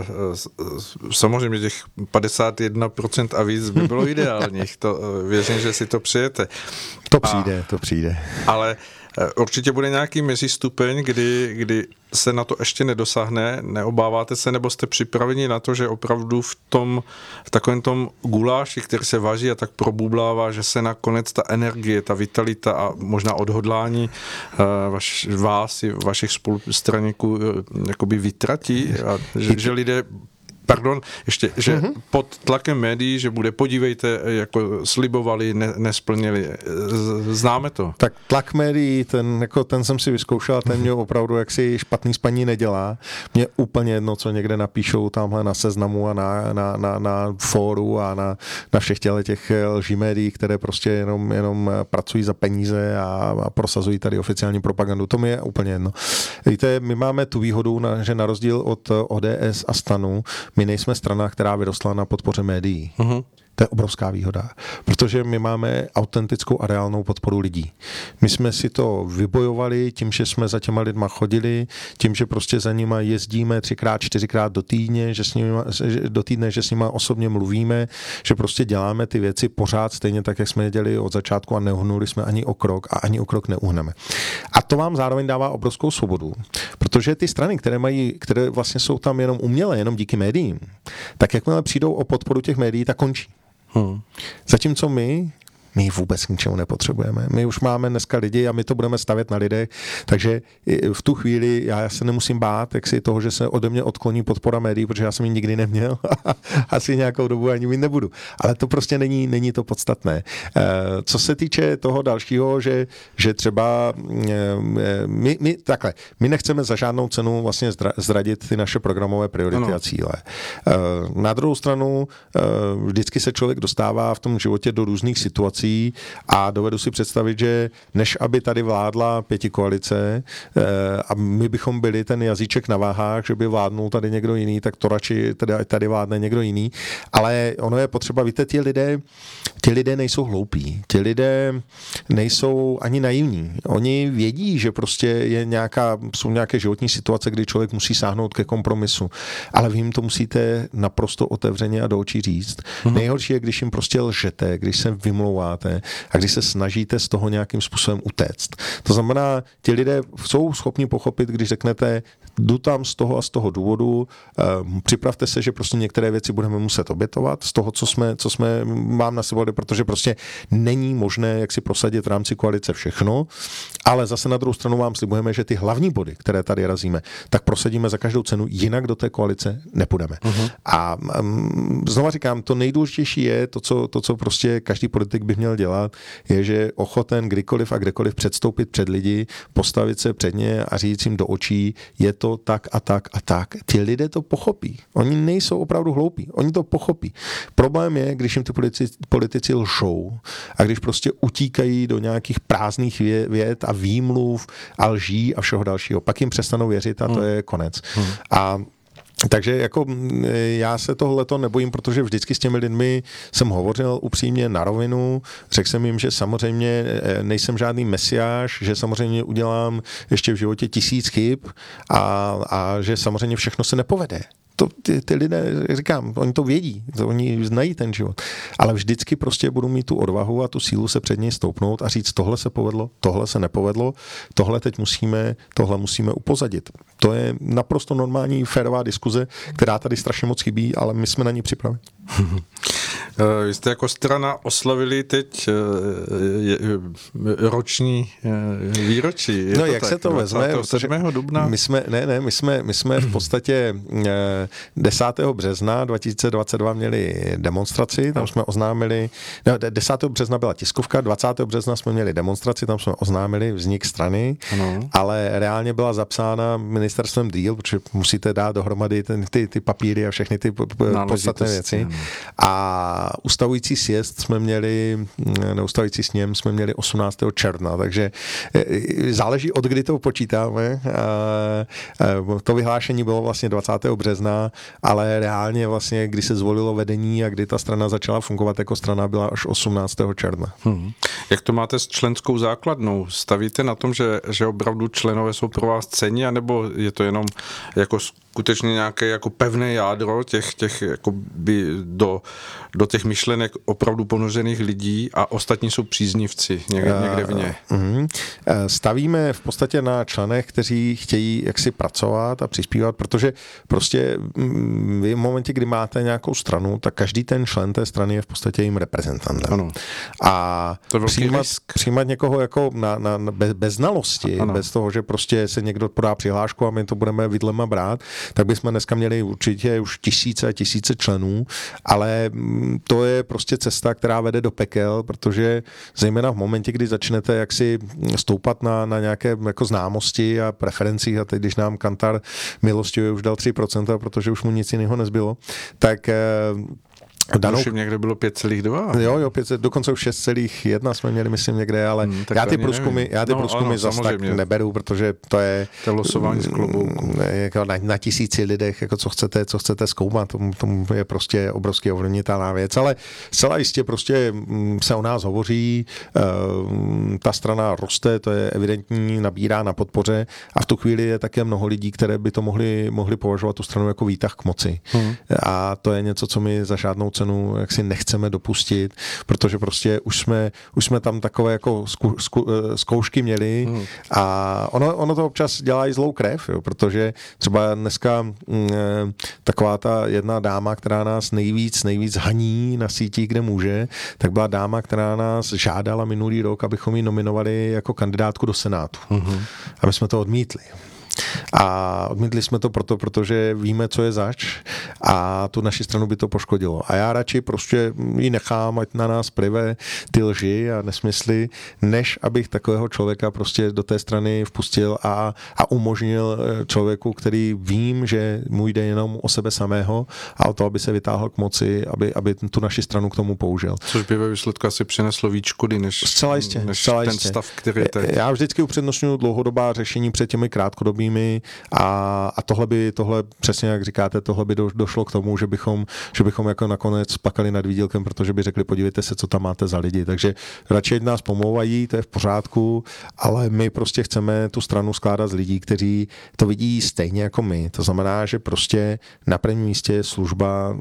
uh, samozřejmě těch padesát jedna procent a víc by bylo ideálních, to, uh, věřím, že si to přijete. To přijde, a, to přijde. Ale určitě bude nějaký mezistupeň, kdy, kdy se na to ještě nedosáhne, neobáváte se, nebo jste připraveni na to, že opravdu v tom, v takovém tom guláši, který se vaří a tak probublává, že se nakonec ta energie, ta vitalita a možná odhodlání vaš, vás i vašich spolustraníků jakoby vytratí a že, že lidé Pardon, ještě, že mm-hmm. pod tlakem médií, že bude, podívejte, jako slibovali, ne, nesplnili. Známe to. Tak tlak médií, ten, jako, ten jsem si vyzkoušel, ten mě opravdu jaksi špatný spaní nedělá. Mě úplně jedno, co někde napíšou tamhle na Seznamu a na, na, na, na fóru a na, na všech těch lží médií, které prostě jenom, jenom pracují za peníze a, a prosazují tady oficiální propagandu. To mi je úplně jedno. Víte, my máme tu výhodu, na, že na rozdíl od O D S a STANu, my nejsme strana, která vyrostla na podpoře médií. Uh-huh. To je obrovská výhoda, protože my máme autentickou a reálnou podporu lidí. My jsme si to vybojovali tím, že jsme za těma lidma chodili, tím, že prostě za nima jezdíme třikrát, čtyřikrát do týdne, že s nima, do týdne, že s nima osobně mluvíme, že prostě děláme ty věci pořád stejně tak, jak jsme je dělali od začátku a neuhnuli jsme ani o krok a ani o krok neuhneme. A to vám zároveň dává obrovskou svobodu, protože ty strany, které mají, které vlastně jsou tam jenom umělé, jenom díky médiím, tak jakmile přijdou o podporu těch médií, tak končí. Hmm. Zatímco my, my vůbec k ničemu nepotřebujeme. My už máme dneska lidi a my to budeme stavět na lidech, takže v tu chvíli já se nemusím bát, jak si toho, že se ode mě odkloní podpora médií, protože já jsem ji nikdy neměl asi nějakou dobu ani mít nebudu. Ale to prostě není, není to podstatné. Co se týče toho dalšího, že, že třeba my, my, takhle, my nechceme za žádnou cenu vlastně zradit ty naše programové priority ano. a cíle. Na druhou stranu vždycky se člověk dostává v tom životě do různých situací a dovedu si představit, že než aby tady vládla pětikoalice a my bychom byli ten jazyček na váhách, že by vládnul tady někdo jiný, tak to radši tady, tady vládne někdo jiný. Ale ono je potřeba, víte, ti lidé, ti lidé nejsou hloupí, ti lidé nejsou ani naivní. Oni vědí, že prostě je nějaká, jsou nějaké životní situace, kdy člověk musí sáhnout ke kompromisu. Ale vy jim to musíte naprosto otevřeně a do očí říct. Mm-hmm. Nejhorší je, když jim prostě lžete, když se vymlouváte a když se snažíte z toho nějakým způsobem utéct. To znamená, ti lidé jsou schopni pochopit, když řeknete, jdu tam z toho a z toho důvodu, připravte se, že prostě některé věci budeme muset obětovat z toho, co jsme, co jsme vám naslibovali, protože prostě není možné jak si prosadit v rámci koalice všechno, ale zase na druhou stranu vám slibujeme, že ty hlavní body, které tady razíme, tak prosadíme za každou cenu, jinak do té koalice nepůjdeme. Uh-huh. A um, znova říkám, to nejdůležitější je to co, to, co prostě každý politik by měl dělat, je, že ochoten kdykoliv a kdekoliv předstoupit před lidi, postavit se před ně a říct jim do očí, je to tak a tak a tak. Ti lidé to pochopí. Oni nejsou opravdu hloupí. Oni to pochopí. Problém je, když jim ty politici, politici lžou a když prostě utíkají do nějakých prázdných vět a výmluv a lží a všeho dalšího. Pak jim přestanou věřit a to je konec. Hmm. A takže jako já se tohleto nebojím, protože vždycky s těmi lidmi jsem hovořil upřímně na rovinu, řekl jsem jim, že samozřejmě nejsem žádný mesiáš, že samozřejmě udělám ještě v životě tisíc chyb a, a že samozřejmě všechno se nepovede. To, ty, ty lidé, jak říkám, oni to vědí, to oni znají ten život, ale vždycky prostě budu mít tu odvahu a tu sílu se před něj stoupnout a říct, tohle se povedlo, tohle se nepovedlo, tohle teď musíme, tohle musíme upozadit. To je naprosto normální férová diskuze, která tady strašně moc chybí, ale my jsme na ní připraveni. Vy jste jako strana oslavili teď roční výročí. Je no to jak tak, se to vezme? dvacátého sedmého dubna? My jsme, ne, ne, my jsme, my jsme v podstatě desátého března dva tisíce dvacet dva měli demonstraci, tam jsme oznámili, no, desátého března byla tiskovka, dvacátého března jsme měli demonstraci, tam jsme oznámili vznik strany, ano. Ale reálně byla zapsána ministerstvem díl, protože musíte dát dohromady ten, ty, ty papíry a všechny ty podstatné věci. A ustavující sjezd jsme měli, neustavující sněm jsme měli osmnáctého června, takže záleží od kdy to počítáme. To vyhlášení bylo vlastně dvacátého března, ale reálně vlastně, kdy se zvolilo vedení a kdy ta strana začala fungovat jako strana, byla až osmnáctého června. Hmm. Jak to máte s členskou základnou? Stavíte na tom, že, že opravdu členové jsou pro vás cenní, anebo je to jenom jako skutečně nějaké jako pevné jádro těch, těch jako by do, do těch myšlenek opravdu ponořených lidí a ostatní jsou příznivci někde, někde vně? Uh, uh, stavíme v podstatě na členech, kteří chtějí jaksi pracovat a přispívat, protože prostě vy v momentě, kdy máte nějakou stranu, tak každý ten člen té strany je v podstatě jim reprezentantem. Ano. A přijímat, přijímat někoho jako na, na, na bez, bez znalosti, ano. Bez toho, že prostě se někdo podá přihlášku a my to budeme vidlema brát, tak bychom dneska měli určitě už tisíce a tisíce členů, ale to je prostě cesta, která vede do pekel, protože zejména v momentě, kdy začnete jaksi stoupat na, na nějaké jako známosti a preferencích, a teď když nám Kantar milostivě už dal tři procenta, protože už mu nic jiného nezbylo, tak Danou... Už někde bylo pět celá dva. Jo, jo, pět, dokonce už šest celá jedna jsme měli, myslím, někde, ale hmm, já ty průzkumy, já ty no, průzkumy zase tak neberu, protože to je... To je losování z klobouku. Jako na, na tisíci lidech, jako co chcete, co chcete zkoumat, tomu, tomu je prostě obrovský ovlivnitelná věc, ale zcela jistě prostě se o nás hovoří, ta strana roste, to je evidentní, nabírá na podpoře a v tu chvíli je také mnoho lidí, které by to mohli, mohli považovat tu stranu jako výtah k moci. Hmm. A to je něco, co my za žádnou cenu jak si nechceme dopustit, protože prostě už jsme, už jsme tam takové jako zku, zku, zkoušky měli hmm. a ono, ono to občas dělá i zlou krev, jo, protože třeba dneska m, taková ta jedna dáma, která nás nejvíc, nejvíc haní na sítích, kde může, tak byla dáma, která nás žádala minulý rok, abychom ji nominovali jako kandidátku do Senátu. Hmm. A my jsme to odmítli. A odmítli jsme to proto, protože víme, co je zač a tu naši stranu by to poškodilo. A já radši prostě ji nechám, ať na nás plive ty lži a nesmysly, než abych takového člověka prostě do té strany vpustil a, a umožnil člověku, který vím, že mu jde jenom o sebe samého a o to, aby se vytáhl k moci, aby, aby tu naši stranu k tomu použil. Což by ve výsledku asi přineslo víc škody, než, zcela jistě, než zcela ten jistě. stav, který je teď. Já vždycky upřednostňuji dlouhodobá řešení před těmi krátkodobými a, a tohle by, tohle přesně jak říkáte, tohle by do, došlo nedošlo k tomu, že bychom, že bychom jako nakonec plakali nad výdělkem, protože by řekli, podívejte se, co tam máte za lidi. Takže radši nás pomlouvají, to je v pořádku, ale my prostě chceme tu stranu skládat z lidí, kteří to vidí stejně jako my. To znamená, že prostě na prvním místě je služba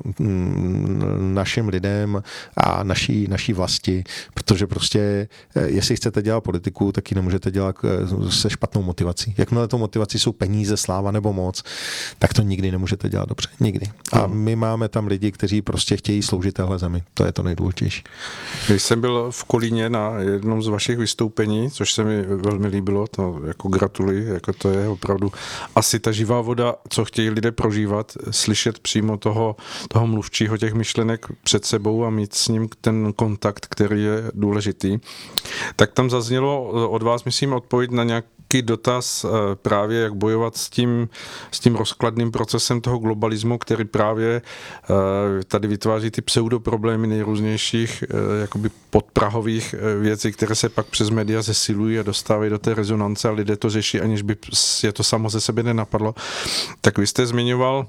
našim lidem a naší, naší vlasti, protože prostě jestli chcete dělat politiku, tak ji nemůžete dělat se špatnou motivací. Jakmile to motivací jsou peníze, sláva nebo moc, tak to nikdy nemůžete dělat dobře. Nikdy. A my máme tam lidi, kteří prostě chtějí sloužit téhle zemi. To je to nejdůležitější. Když jsem byl v Kolíně na jednom z vašich vystoupení, což se mi velmi líbilo, to jako gratuluji, jako to je opravdu asi ta živá voda, co chtějí lidé prožívat, slyšet přímo toho, toho mluvčího těch myšlenek před sebou a mít s ním ten kontakt, který je důležitý. Tak tam zaznělo od vás, myslím, odpověď na nějak dotaz právě, jak bojovat s tím, s tím rozkladným procesem toho globalismu, který právě tady vytváří ty pseudoproblémy nejrůznějších jakoby podprahových věcí, které se pak přes média zesilují a dostávají do té rezonance a lidé to řeší, aniž by je to samo ze sebe nenapadlo. Tak vy jste zmiňoval,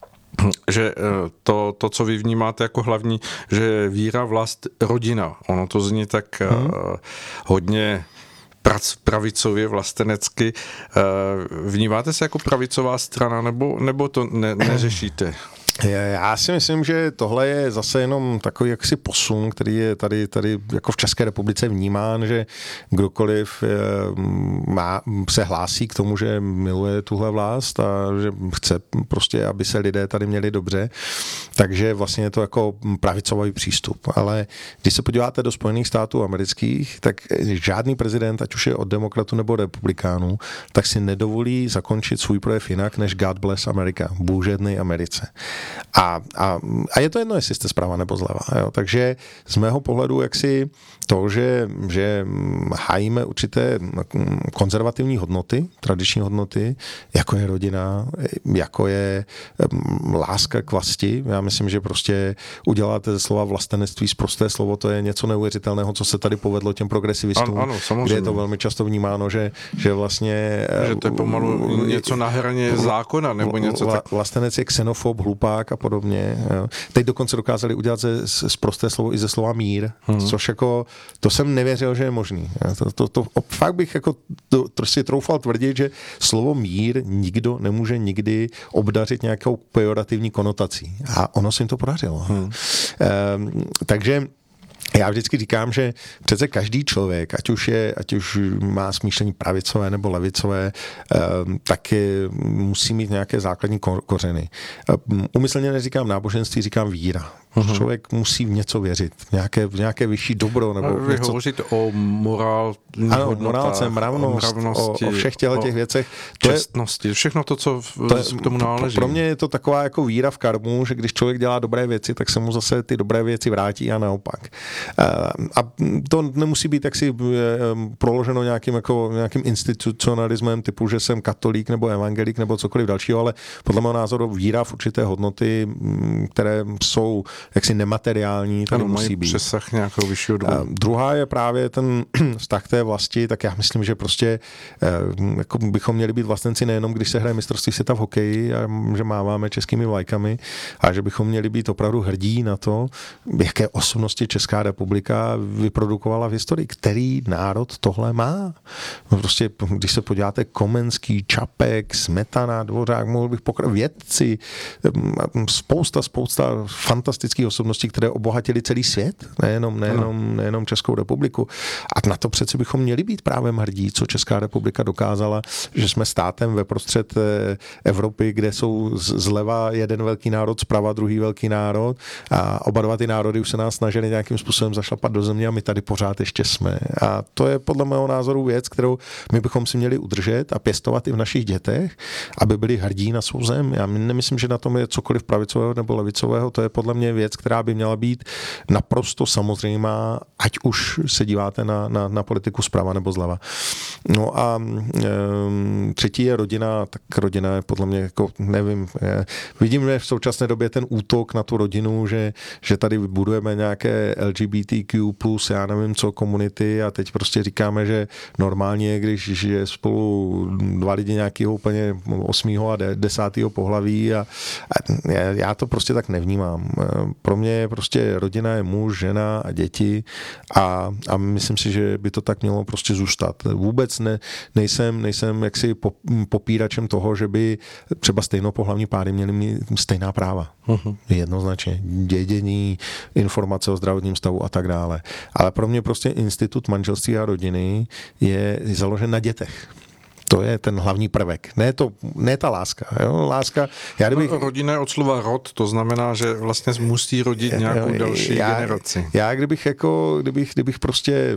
že to, to, co vy vnímáte jako hlavní, že je víra, vlast, rodina. Ono to zní tak hmm. hodně pravicově, vlastenecky. Vnímáte se jako pravicová strana, nebo, nebo to ne, neřešíte? Já si myslím, že tohle je zase jenom takový jaksi posun, který je tady, tady jako v České republice vnímán, že kdokoliv má, se hlásí k tomu, že miluje tuhle vlast a že chce prostě, aby se lidé tady měli dobře, takže vlastně je to jako pravicový přístup. Ale když se podíváte do Spojených států amerických, tak žádný prezident, ať už je od demokratů nebo republikánů, tak si nedovolí zakončit svůj projev jinak než God bless America, Bůh žehnej Americe. A, a, a je to jedno, jestli jste zprava nebo zleva. Jo. Takže z mého pohledu, jaksi to, že, že hájíme určité konzervativní hodnoty, tradiční hodnoty, jako je rodina, jako je láska k vlasti. Já myslím, že prostě uděláte ze slova vlastenectví sprosté slovo, to je něco neuvěřitelného, co se tady povedlo těm progresivistům, ano, ano, kde je to velmi často vnímáno, že, že vlastně... Že to je pomalu něco na hraně zákona, nebo něco tak... Vlastenec je xenofob, hlupák a podobně. Jo. Teď dokonce dokázali udělat ze, z prosté slovo i ze slova mír, hmm. což jako, to jsem nevěřil, že je možný. To, to, to, fakt bych jako to, to si troufal tvrdit, že slovo mír nikdo nemůže nikdy obdařit nějakou pejorativní konotací. A ono se jim to podařilo. Hmm. Ehm, takže já vždycky říkám, že přece každý člověk, ať už, je, ať už má smýšlení pravicové nebo levicové, tak musí mít nějaké základní kořeny. Umyslně neříkám náboženství, říkám víra. Uhum. Člověk musí v něco věřit, v nějaké, v nějaké vyšší dobro. Nebo vy něco... hovoříte o morál, ano, morálce, mravnost, o, o všech těchto těch věcech. Čestnosti, to je, všechno to, co v, to je, k tomu náleží. Pro mě je to taková jako víra v karmu, že když člověk dělá dobré věci, tak se mu zase ty dobré věci vrátí a naopak. A to nemusí být jaksi proloženo nějakým, jako, nějakým institucionalismem typu, že jsem katolík nebo evangelík nebo cokoliv dalšího, ale podle mého názoru víra v určité hodnoty, které jsou jaksi nemateriální, tady ano, musí být. Přesah nějakého vyššího druhu. Druhá je právě ten vztah té vlasti, tak já myslím, že prostě jako bychom měli být vlastenci nejenom, když se hraje mistrovství světa v hokeji a že máváme českými vlajkami, a že bychom měli být opravdu hrdí na to, jaké osobnosti Česká republika vyprodukovala v historii. Který národ tohle má? No prostě, když se podíváte, Komenský, Čapek, Smetana, Dvořák, mohl bych pokračovat, vědci, spousta, spousta fantastických osobností, které obohatili celý svět, nejenom, nejenom, nejenom Českou republiku. A na to přeci bychom měli být právem hrdí, co Česká republika dokázala, že jsme státem ve prostřed Evropy, kde jsou zleva jeden velký národ, zprava druhý velký národ a oba dva ty národy už se nás snažili nějakým způsobem zašlapat do země a my tady pořád ještě jsme. A to je podle mého názoru věc, kterou my bychom si měli udržet a pěstovat i v našich dětech, aby byli hrdí na svou zem. Já nemyslím, že na tom je cokoliv pravicového nebo levicového, to je podle mě věc, která by měla být naprosto samozřejmá, ať už se díváte na, na, na politiku zprava nebo zleva. No a um, třetí je rodina, tak rodina je podle mě jako, nevím, je, vidím, že v současné době ten útok na tu rodinu, že, že tady budujeme nějaké L G G B T Q plus, já nevím co, komunity a teď prostě říkáme, že normálně je, když je spolu dva lidi nějakého úplně osmého a desátého pohlaví a, a já to prostě tak nevnímám. Pro mě prostě rodina je muž, žena a děti a, a myslím si, že by to tak mělo prostě zůstat. Vůbec ne, nejsem, nejsem jaksi popíračem toho, že by třeba stejnopohlavní páry měly mít stejná práva. Uh-huh. Jednoznačně. Dědění, informace o zdravotním stavu a tak dále. Ale pro mě prostě institut manželství a rodiny je založen na dětech. To je ten hlavní prvek. Ne, to, ne ta láska. Jo? Láska, já kdybych... No, rodina je od slova rod, to znamená, že vlastně musí rodit nějakou jo, další já, generaci. Já kdybych jako, kdybych, kdybych prostě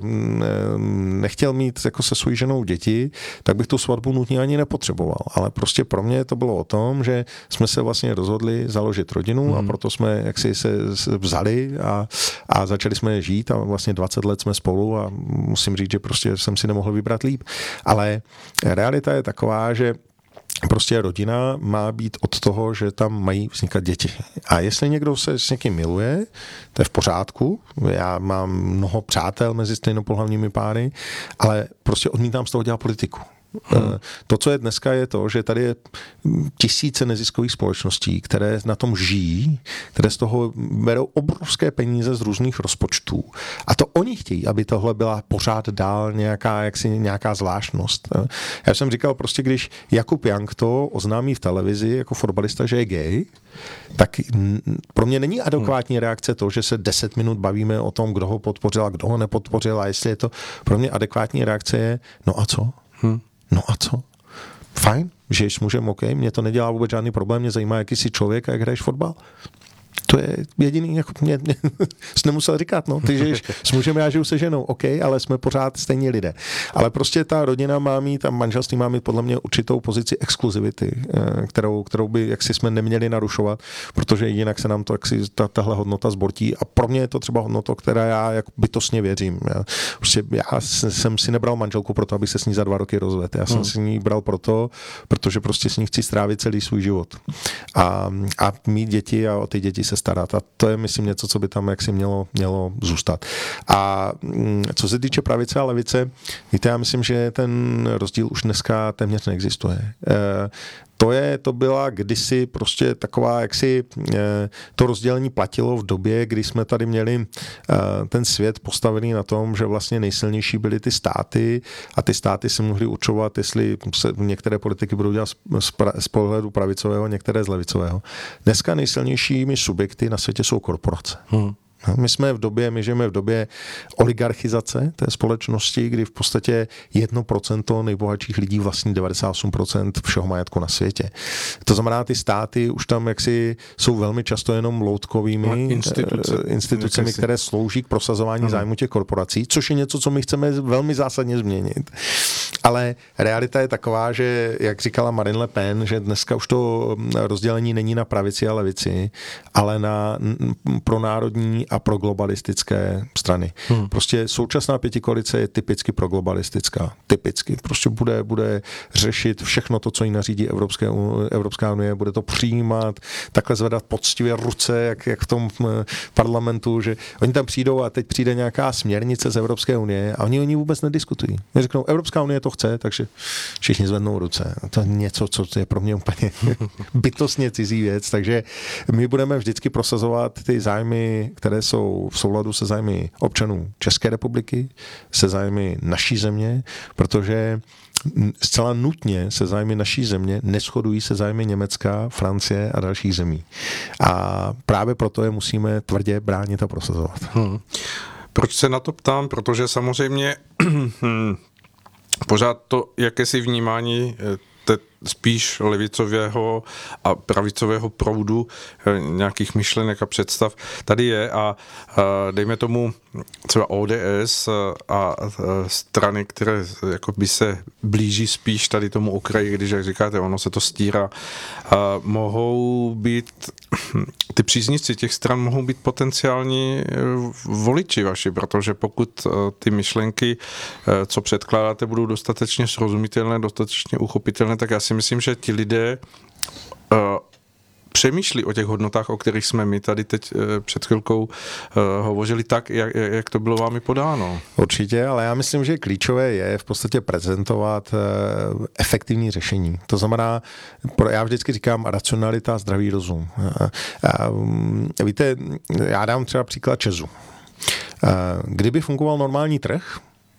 nechtěl mít jako se svojí ženou děti, tak bych tu svatbu nutně ani nepotřeboval. Ale prostě pro mě to bylo o tom, že jsme se vlastně rozhodli založit rodinu hmm. a proto jsme jaksi se vzali a, a začali jsme žít a vlastně dvacet let jsme spolu a musím říct, že prostě jsem si nemohl vybrat líp. Ale realita je taková, že prostě rodina má být od toho, že tam mají vznikat děti. A jestli někdo se s někým miluje, to je v pořádku. Já mám mnoho přátel mezi stejnopohlavními páry, ale prostě odmítám z toho dělat politiku. Hmm. To, co je dneska, je to, že tady je tisíce neziskových společností, které na tom žijí, které z toho berou obrovské peníze z různých rozpočtů. A to oni chtějí, aby tohle byla pořád dál nějaká, jaksi nějaká zvláštnost. Já jsem říkal prostě, když Jakub Jank to oznámí v televizi jako fotbalista, že je gay, tak pro mě není adekvátní reakce to, že se deset minut bavíme o tom, kdo ho podpořil a kdo ho nepodpořil a jestli je to. Pro mě adekvátní reakce je, no a co? Hmm. No a co? Fajn, žiješ s mužem, OK, mě to nedělá vůbec žádný problém, mě zajímá, jaký jsi člověk a jak hraješ fotbal. To je jediný, jako mě, mě jsi nemusel říkat, no, ty žiješ s mužem, já žiju se ženou, OK, ale jsme pořád stejní lidé. Ale prostě ta rodina má mít a manželství má mít podle mě určitou pozici exkluzivity, kterou, kterou by jaksi jsme neměli narušovat, protože jinak se nám to jaksi ta, tahle hodnota zbortí a pro mě je to třeba hodnota, která já jak bytostně věřím. Já, prostě já jsem si nebral manželku proto, abych se s ní za dva roky rozvedl. Já jsem hmm. si ní bral proto, protože prostě s ní chci strávit celý svůj život. A, a mít děti a o ty děti se starat. A to je, myslím, něco, co by tam jaksi mělo, mělo zůstat. A co se týče pravice a levice, víte, já myslím, že ten rozdíl už dneska téměř neexistuje. E, To je, to byla kdysi prostě taková, jak si to rozdělení platilo v době, kdy jsme tady měli ten svět postavený na tom, že vlastně nejsilnější byly ty státy a ty státy se mohly určovat, jestli se některé politiky budou dělat z pohledu pravicového, některé z levicového. Dneska nejsilnějšími subjekty na světě jsou korporace. Hmm. My jsme v době, my žijeme v době oligarchizace té společnosti, kdy v podstatě jedno procento nejbohatších lidí vlastní devadesát osm procent všeho majetku na světě. To znamená, ty státy už tam jaksi jsou velmi často jenom loutkovými instituce, institucemi, které slouží k prosazování zájmu těch korporací, což je něco, co my chceme velmi zásadně změnit. Ale realita je taková, že, jak říkala Marine Le Pen, že dneska už to rozdělení není na pravici a levici, ale na pronárodní a pro globalistické strany. Hmm. Prostě současná pětikoalice je typicky pro globalistická. Typicky. Prostě bude, bude řešit všechno to, co jí nařídí Evropské, Evropská unie, bude to přijímat, takhle zvedat poctivě ruce, jak, jak v tom parlamentu, že oni tam přijdou a teď přijde nějaká směrnice z Evropské unie a oni o ní vůbec nediskutují. Oni řeknou, Evropská unie to chce, takže všichni zvednou ruce. To je něco, co je pro mě úplně bytostně cizí věc, takže my budeme vždycky prosazovat ty zájmy, které jsou v souladu se zájmy občanů České republiky, se zájmy naší země, protože zcela nutně se zájmy naší země neshodují se zájmy Německa, Francie a dalších zemí. A právě proto je musíme tvrdě bránit a prosazovat. Hmm. Proč se na to ptám? Protože samozřejmě pořád to jakési vnímání te, spíš levicového a pravicového proudu nějakých myšlenek a představ tady je a, a dejme tomu třeba O D S a, a strany, které jako by se blíží spíš tady tomu okraji, když, jak říkáte, ono se to stírá, a mohou být, ty příznivci těch stran mohou být potenciální voliči vaši, protože pokud ty myšlenky, co předkládáte, budou dostatečně srozumitelné, dostatečně uchopitelné, tak já si myslím, že ti lidé přemýšlí o těch hodnotách, o kterých jsme my tady teď před chvilkou hovořili, tak, jak, jak to bylo vámi podáno. Určitě, ale já myslím, že klíčové je v podstatě prezentovat efektivní řešení. To znamená, já vždycky říkám racionalita, zdravý rozum. Víte, já dám třeba příklad ČEZu. Kdyby fungoval normální trh,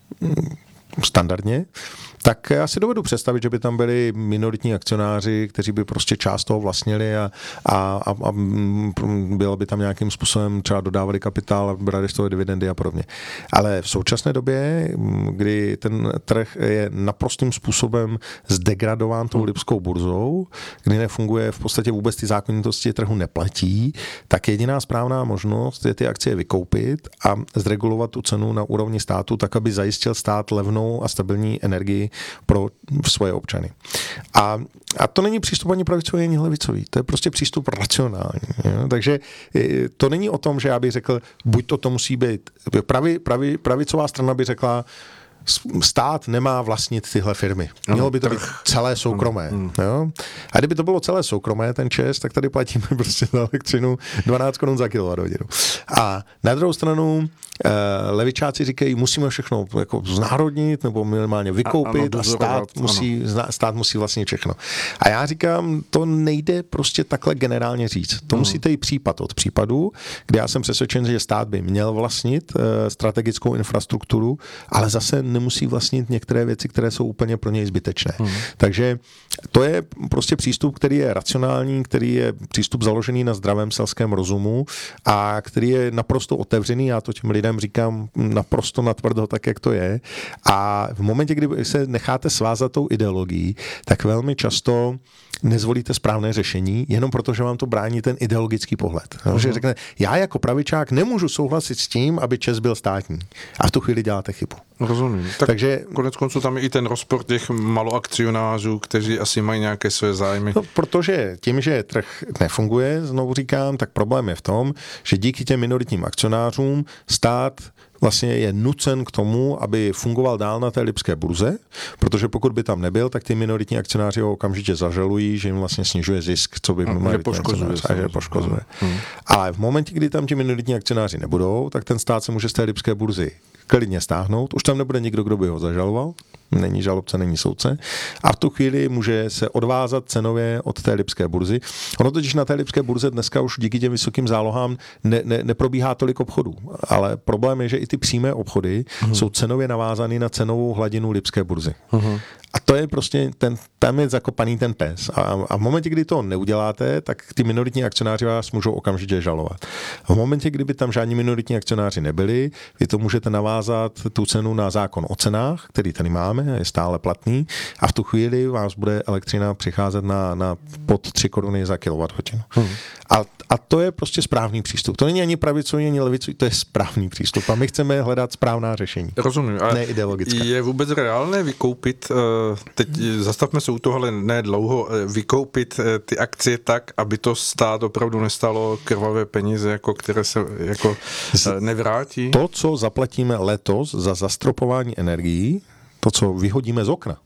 standardně, tak já si dovedu představit, že by tam byli minoritní akcionáři, kteří by prostě část toho vlastnili a, a, a, a bylo by tam nějakým způsobem třeba dodávali kapitál a brali z toho dividendy a podobně. Ale v současné době, kdy ten trh je naprostým způsobem zdegradován tou lipskou burzou, kdy nefunguje v podstatě vůbec ty zákonitosti trhu neplatí, tak jediná správná možnost je ty akcie vykoupit a zregulovat tu cenu na úrovni státu tak, aby zajistil stát levnou a stabilní energii pro svoje občany. A, a to není přístup ani pravicový, ani levicový. To je prostě přístup racionální. Jo? Takže to není o tom, že já bych řekl, buď to to musí být. Pravi, pravi, pravicová strana by řekla, stát nemá vlastnit tyhle firmy. Mělo by to být celé soukromé. Jo? A kdyby to bylo celé soukromé, ten ČEZ, tak tady platíme prostě za elektřinu dvanáct korun za kilowatthodinu. A na druhou stranu levičáci říkají, musíme všechno jako znárodnit nebo minimálně vykoupit a, a stát musí, stát musí vlastně všechno. A já říkám, to nejde prostě takhle generálně říct. To hmm. musíte jít případ od případu, kde já jsem přesvědčen, že stát by měl vlastnit strategickou infrastrukturu, ale zase nemusí vlastnit některé věci, které jsou úplně pro něj zbytečné. Hmm. Takže to je prostě přístup, který je racionální, který je přístup založený na zdravém selském rozumu a který je naprosto otevřený. Já to těm lidem říkám naprosto natvrdo tak, jak to je. A v momentě, kdy se necháte svázat tou ideologií, tak velmi často nezvolíte správné řešení, jenom proto, že vám to brání ten ideologický pohled. Uh-huh. Že řekne, já jako pravičák nemůžu souhlasit s tím, aby ČEZ byl státní. A v tu chvíli děláte chybu. Rozumím. Tak takže konec konců tam je i ten rozpor těch maloakcionářů, kteří asi mají nějaké své zájmy. No, protože tím, že trh nefunguje, znovu říkám, tak problém je v tom, že díky těm minoritním akcionářům stát vlastně je nucen k tomu, aby fungoval dál na té lipské burze, protože pokud by tam nebyl, tak ty minoritní akcionáři ho okamžitě zažalují, že jim vlastně snižuje zisk, co by měli poškozuje. A že poškozuje. Hmm. Ale v momentě, kdy tam ti minoritní akcionáři nebudou, tak ten stát se může z té lipské burzy klidně stáhnout, už tam nebude nikdo, kdo by ho zažaloval, není žalobce, není soudce a v tu chvíli může se odvázat cenově od té lipské burzy. Ono totiž na té lipské burze dneska už díky těm vysokým zálohám ne, ne, neprobíhá tolik obchodů, ale problém je, že i ty přímé obchody uh-huh. jsou cenově navázány na cenovou hladinu lipské burzy. Uh-huh. A to je prostě, ten, tam je zakopaný ten pes. A, a v momentě, kdy to neuděláte, tak ty minoritní akcionáři vás můžou okamžitě žalovat. V momentě, kdyby tam žádní minoritní akcionáři nebyli, vy to můžete navázat tu cenu na zákon o cenách, který tady máme, je stále platný, a v tu chvíli vás bude elektřina přicházet na, na pod tři koruny za kilowatthodinu. Hmm. A, a to je prostě správný přístup. To není ani pravicový, ani levicový, to je správný přístup. A my chceme hledat správná řešení. Rozumím. Ale ne ideologická. Je vůbec reálné vykoupit, teď zastavme se u toho, ale ne dlouho, vykoupit ty akcie tak, aby to stát opravdu nestalo krvavé peníze, jako které se jako nevrátí? To, co zaplatíme letos za zastropování energií, to, co vyhodíme z okna,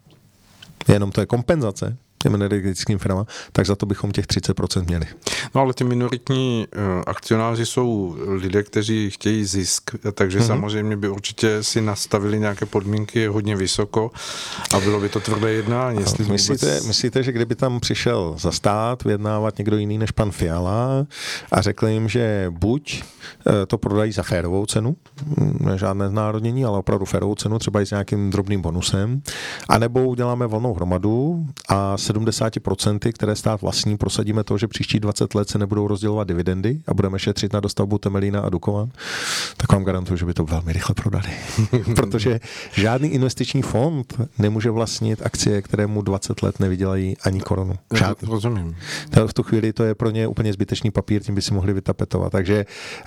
jenom to je kompenzace těm energetickým firmám, tak za to bychom těch třicet procent měli. No ale ty minoritní uh, akcionáři jsou lidé, kteří chtějí zisk, takže mm-hmm. samozřejmě by určitě si nastavili nějaké podmínky hodně vysoko a bylo by to tvrdé jednání. Jestli myslíte, vůbec... myslíte, že kdyby tam přišel za stát vyjednávat někdo jiný než pan Fiala a řekl jim, že buď to prodají za férovou cenu, ne žádné znárodnění, ale opravdu férovou cenu, třeba i s nějakým drobným bonusem, anebo uděláme volnou hromadu a sedmdesát procent, které stát vlastní, prosadíme to, že příští dvacet let se nebudou rozdělovat dividendy a budeme šetřit na dostavbu Temelína a Dukovan, tak vám garantuju, že by to velmi rychle prodali. Protože žádný investiční fond nemůže vlastnit akcie, které mu dvacet let nevydělají ani korunu. Žádný. Rozumím. V tu chvíli to je pro ně úplně zbytečný papír, tím by si mohli vytapetovat. Takže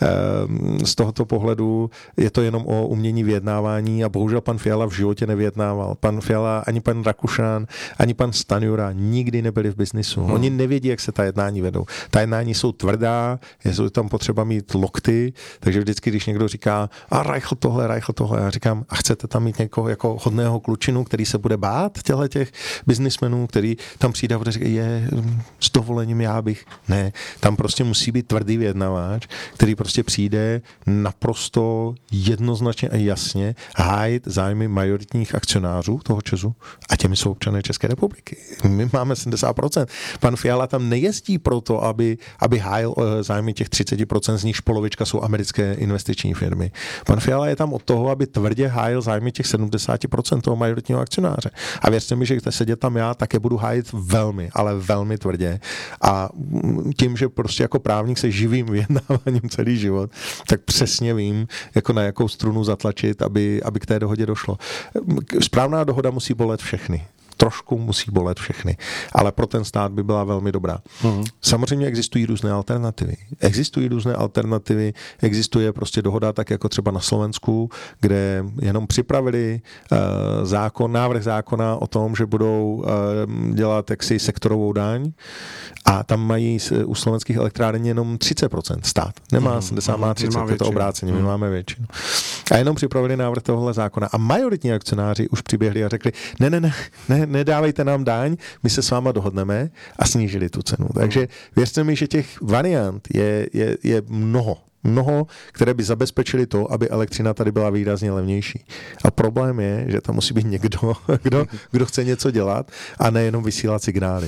z tohoto pohledu je to jenom o umění vyjednávání a bohužel pan Fiala v životě nevyjednával. Pan Fiala, ani pan Rakušan, ani pan Stanjura nikdy nebyli v biznisu. Hmm. Oni nevědí, jak se ta jednání vedou. Ta jednání jsou tvrdá, jsou tam potřeba mít lokty, takže vždycky, když někdo říká, a Reichl tohle, Reichl tohle, já říkám, a chcete tam mít někoho jako hodného klučinu, který se bude bát těchto těch biznismenů, který tam přijde a bude říkat, je, s dovolením já bych. Ne, tam prostě musí být tvrdý vyjednavač, který prostě přijde naprosto jednoznačně a jasně hájit zájmy majoritních akcionářů toho ČEZu a těmi jsou občané České republiky. My máme sedmdesát procent. Pan Fiala tam nejezdí proto, aby, aby hájil zájmy těch třicet procent, z nichž polovička jsou americké investiční firmy. Pan Fiala je tam od toho, aby tvrdě hájil zájmy těch sedmdesát procent toho majoritního akcionáře. A věřte mi, že když sedět tam já, také budu hájit velmi, ale velmi tvrdě. A tím, že prostě jako právník se živým vyjednáváním celý život, tak přesně vím, jako na jakou strunu zatlačit, aby, aby k té dohodě došlo. Správná dohoda musí bolet všechny. Trošku musí bolet všechny, ale pro ten stát by byla velmi dobrá. Mm. Samozřejmě existují různé alternativy. Existují různé alternativy, existuje prostě dohoda tak jako třeba na Slovensku, kde jenom připravili uh, zákon, návrh zákona o tom, že budou uh, dělat jaksi sektorovou daň a tam mají u slovenských elektráren jenom třicet procent stát. Nemá mm. sedmdesát, má třicet, je to obráceně, my mm. máme většinu. A jenom připravili návrh tohohle zákona a majoritní akcionáři už přiběhli a řekli, ne, ne, ne, ne, nedávejte nám daň, my se s váma dohodneme a snížili tu cenu. Takže věřte mi, že těch variant je, je, je mnoho. Mnoho, které by zabezpečili to, aby elektřina tady byla výrazně levnější. A problém je, že tam musí být někdo, kdo, kdo chce něco dělat a nejenom vysílat signály.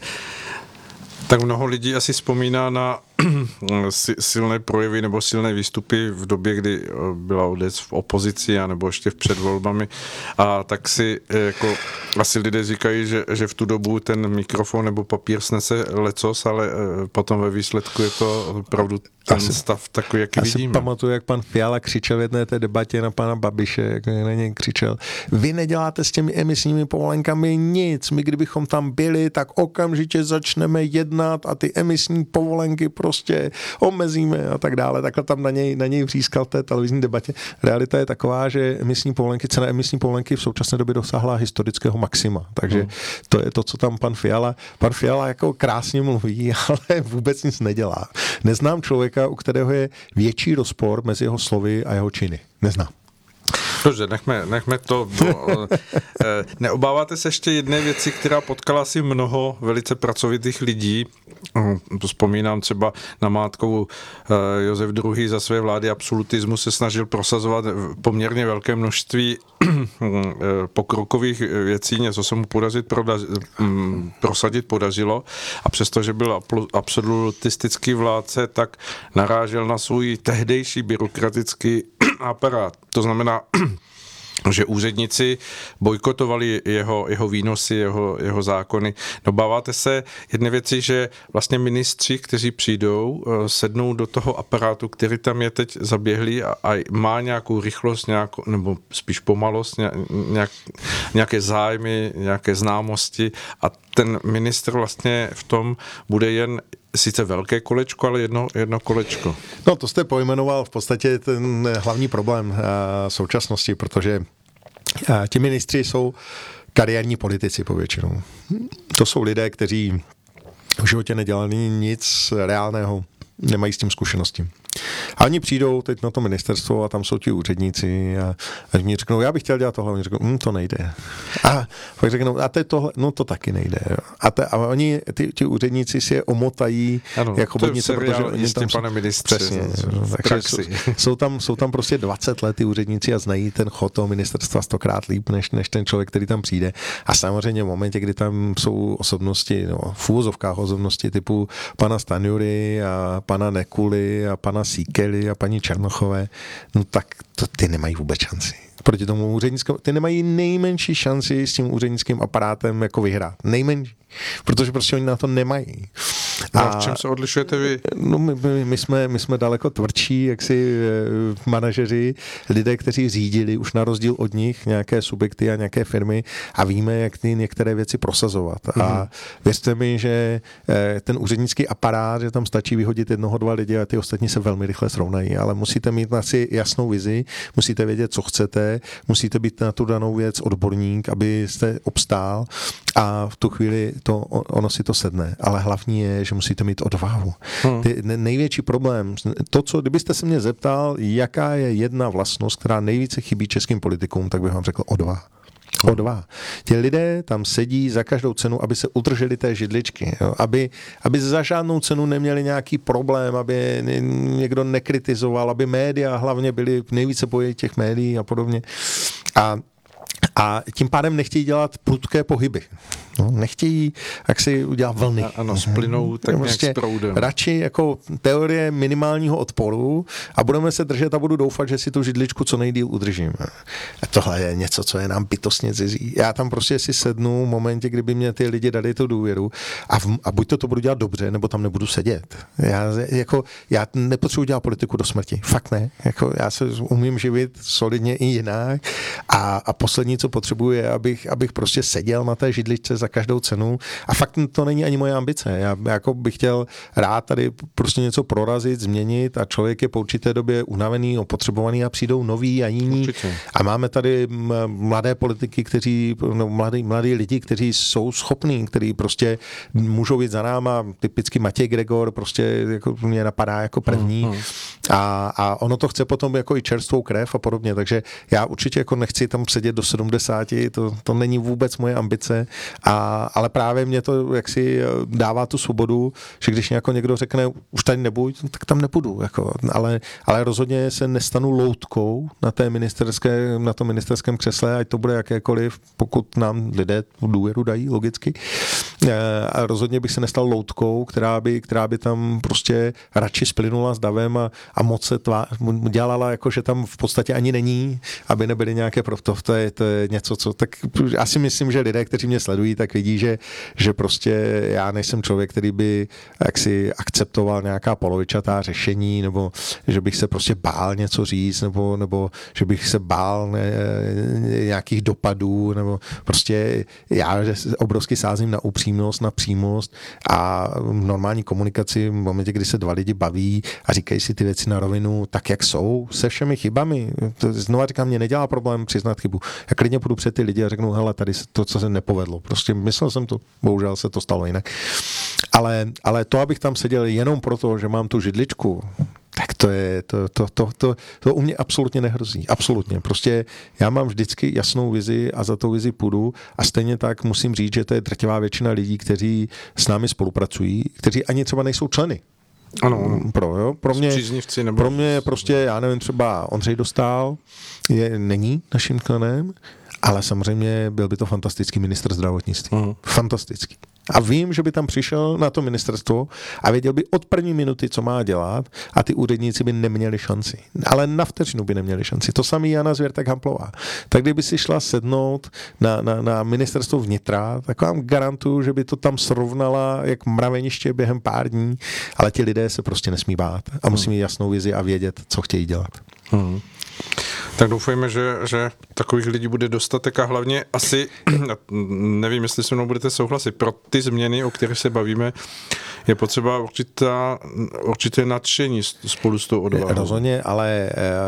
Tak mnoho lidí asi vzpomíná na silné projevy nebo silné výstupy v době, kdy byla O D S v opozici a nebo ještě před volbami a tak si jako asi lidé říkají, že, že v tu dobu ten mikrofon nebo papír snese lecos, ale potom ve výsledku je to opravdu ten asi, stav takový, jaký já vidíme. Já si pamatuju, jak pan Fiala křičel v jedné té debatě na pana Babiše, jak na něj křičel, vy neděláte s těmi emisními povolenkami nic, my kdybychom tam byli, tak okamžitě začneme jednat a ty emisní povolenky prostě omezíme a tak dále. Takhle tam na něj, na něj vřískal v té televizní debatě. Realita je taková, že emisní povolenky, cena emisní povolenky v současné době dosáhla historického maxima. Takže hmm. to je to, co tam pan Fiala, pan Fiala jako krásně mluví, ale vůbec nic nedělá. Neznám člověka, u kterého je větší rozpor mezi jeho slovy a jeho činy. Neznám. Dobře, nechme, nechme to. Bo, neobáváte se ještě jedné věci, která potkala si mnoho velice pracovitých lidí. To vzpomínám třeba na Mátkovu. Josef druhý. za své vlády absolutismu se snažil prosazovat poměrně velké množství pokrokových věcí, něco se mu podařit, prosadit podařilo a přestože byl absolutistický vládce, tak narážel na svůj tehdejší byrokratický aparát. To znamená, že úředníci bojkotovali jeho, jeho výnosy, jeho, jeho zákony. Dobáváte se jedné věci, že vlastně ministři, kteří přijdou, sednou do toho aparátu, který tam je teď zaběhlý a, a má nějakou rychlost, nějakou, nebo spíš pomalost, nějak, nějaké zájmy, nějaké známosti a ten ministr vlastně v tom bude jen sice velké kolečko, ale jedno, jedno kolečko. No to jste pojmenoval v podstatě ten hlavní problém uh, současnosti, protože uh, ti ministři jsou kariérní politici povětšinou. To jsou lidé, kteří v životě nedělali nic reálného, nemají s tím zkušenosti. A oni přijdou teď na to ministerstvo a tam jsou ti úředníci a, a mi řeknou, já bych chtěl dělat tohle, a oni řeknou, hm, to nejde. A pak řeknou, a to je tohle, no to taky nejde. A, te, a oni, ty, ti úředníci si je omotají ano, jako bodnice, protože oni tam jsou, pane ministře, přesně, takže jsou, jsou, tam, jsou tam prostě dvacet let ty úředníci a znají ten chod toho ministerstva stokrát líp, než, než ten člověk, který tam přijde. A samozřejmě v momentě, kdy tam jsou osobnosti, no, v úvozovkách osobnosti typu pana Stanjury a pana Nekuly a pana Síkely a paní Černochové, no tak to, ty nemají vůbec šanci. Proti tomu úřednickému, ty nemají nejmenší šanci s tím úřednickým aparátem jako vyhrát. Nejmenší. Protože prostě oni na to nemají. A v čem se odlišujete vy? No my, my, my, jsme, my jsme daleko tvrdší, jaksi manažeři, lidé, kteří řídili už na rozdíl od nich nějaké subjekty a nějaké firmy a víme, jak ty některé věci prosazovat. Mm-hmm. A věřte mi, že ten úřednický aparát, že tam stačí vyhodit jednoho, dva lidi a ty ostatní se velmi rychle srovnají, ale musíte mít asi jasnou vizi, musíte vědět, co chcete, musíte být na tu danou věc odborník, abyste obstál a v tu chvíli to, ono si to sedne. Ale hlavní je, že musíte mít odvahu. Hmm. Ty, největší problém, to, co, kdybyste se mě zeptal, jaká je jedna vlastnost, která nejvíce chybí českým politikům, tak bych vám řekl odvaha. Odvaha. Ti lidé tam sedí za každou cenu, aby se udrželi té židličky, jo? Aby, aby za žádnou cenu neměli nějaký problém, aby někdo nekritizoval, aby média hlavně byly nejvíce boji těch médií a podobně. A A tím pádem nechtějí dělat prudké pohyby. No, nechtějí, jak si udělat vlny. Ano, splynou tak prostě nějak s proudem. Radši jako teorie minimálního odporu a budeme se držet a budu doufat, že si tu židličku co nejdýl udržím. A tohle je něco, co je nám bytostně cizí. Já tam prostě si sednu v momentě, kdyby mě ty lidi dali tu důvěru a, v, a buď to, to budu dělat dobře, nebo tam nebudu sedět. Já, jako, já nepotřebuji dělat politiku do smrti. Fakt ne. Jako, já se umím živit solidně i jinak a, a poslední, co potřebuji, je, abych, abych prostě seděl na té židličce za každou cenu a fakt to není ani moje ambice. Já jako bych chtěl rád tady prostě něco prorazit, změnit a člověk je po určité době unavený, opotřebovaný a přijdou noví a jiní. Určitě. A máme tady mladé politiky, kteří, no, mladý, mladí lidi, kteří jsou schopní, kteří prostě můžou být za náma, typicky Matěj Gregor prostě jako mě napadá jako první hmm, hmm. A, a ono to chce potom jako i čerstvou krev a podobně, takže já určitě jako nechci tam sedět do sedmdesáti, to, to není vůbec moje ambice, a, ale právě mě to jaksi dává tu svobodu, že když jako někdo řekne, už tady nebuď, tak tam nepůjdu, jako, ale, ale rozhodně se nestanu loutkou na té ministerské, na tom ministerském křesle, ať to bude jakékoliv, pokud nám lidé důvěru dají, logicky. A rozhodně bych se nestal loutkou, která by, která by tam prostě radši splynula s davem a, a moc se tvá, dělala, jako že tam v podstatě ani není, aby nebyly nějaké proto, to je, to je něco, co, tak asi myslím, že lidé, kteří mě sledují, tak vidí, že, že prostě já nejsem člověk, který by jaksi akceptoval nějaká polovičatá řešení, nebo že bych se prostě bál něco říct, nebo, nebo že bych se bál ne, nějakých dopadů, nebo prostě já obrovsky sázím na upřímnost, na přímost a normální komunikaci v momentě, kdy se dva lidi baví a říkají si ty věci na rovinu tak, jak jsou, se všemi chybami. To, znova říkám, mě nedělá problém přiznat chybu. Já klidně půjdu před ty lidi a řeknu, hele, tady to, co se nepovedlo. Prostě myslel jsem to, bohužel se to stalo jinak. Ale, ale to, abych tam seděl jenom proto, že mám tu židličku, tak to je, to, to, to, to, to u mě absolutně nehrozí. Absolutně. Prostě já mám vždycky jasnou vizi a za tou vizi půjdu a stejně tak musím říct, že to je drtivá většina lidí, kteří s námi spolupracují, kteří ani třeba nejsou členy. Ano, ano. Pro, jo? Pro mě, nebo... pro mě prostě, já nevím, třeba Ondřej Dostál je, není naším členem, ale samozřejmě byl by to fantastický ministr zdravotnictví. Uh-huh. Fantastický. A vím, že by tam přišel na to ministerstvo a věděl by od první minuty, co má dělat a ty úředníci by neměli šanci. Ale na vteřinu by neměli šanci. To samý Jana Zvěrtek-Hamplová. Tak kdyby si šla sednout na, na, na ministerstvo vnitra, tak vám garantuju, že by to tam srovnala jak mraveniště během pár dní, ale ti lidé se prostě nesmí bát a musí mít jasnou vizi a vědět, co chtějí dělat. Hmm. Tak doufejme, že, že takových lidí bude dostatek a hlavně asi, nevím, jestli se mnou budete souhlasit, pro ty změny, o kterých se bavíme, je potřeba určitá, určité nadšení spolu s tou odvahou. Rozhodně, ale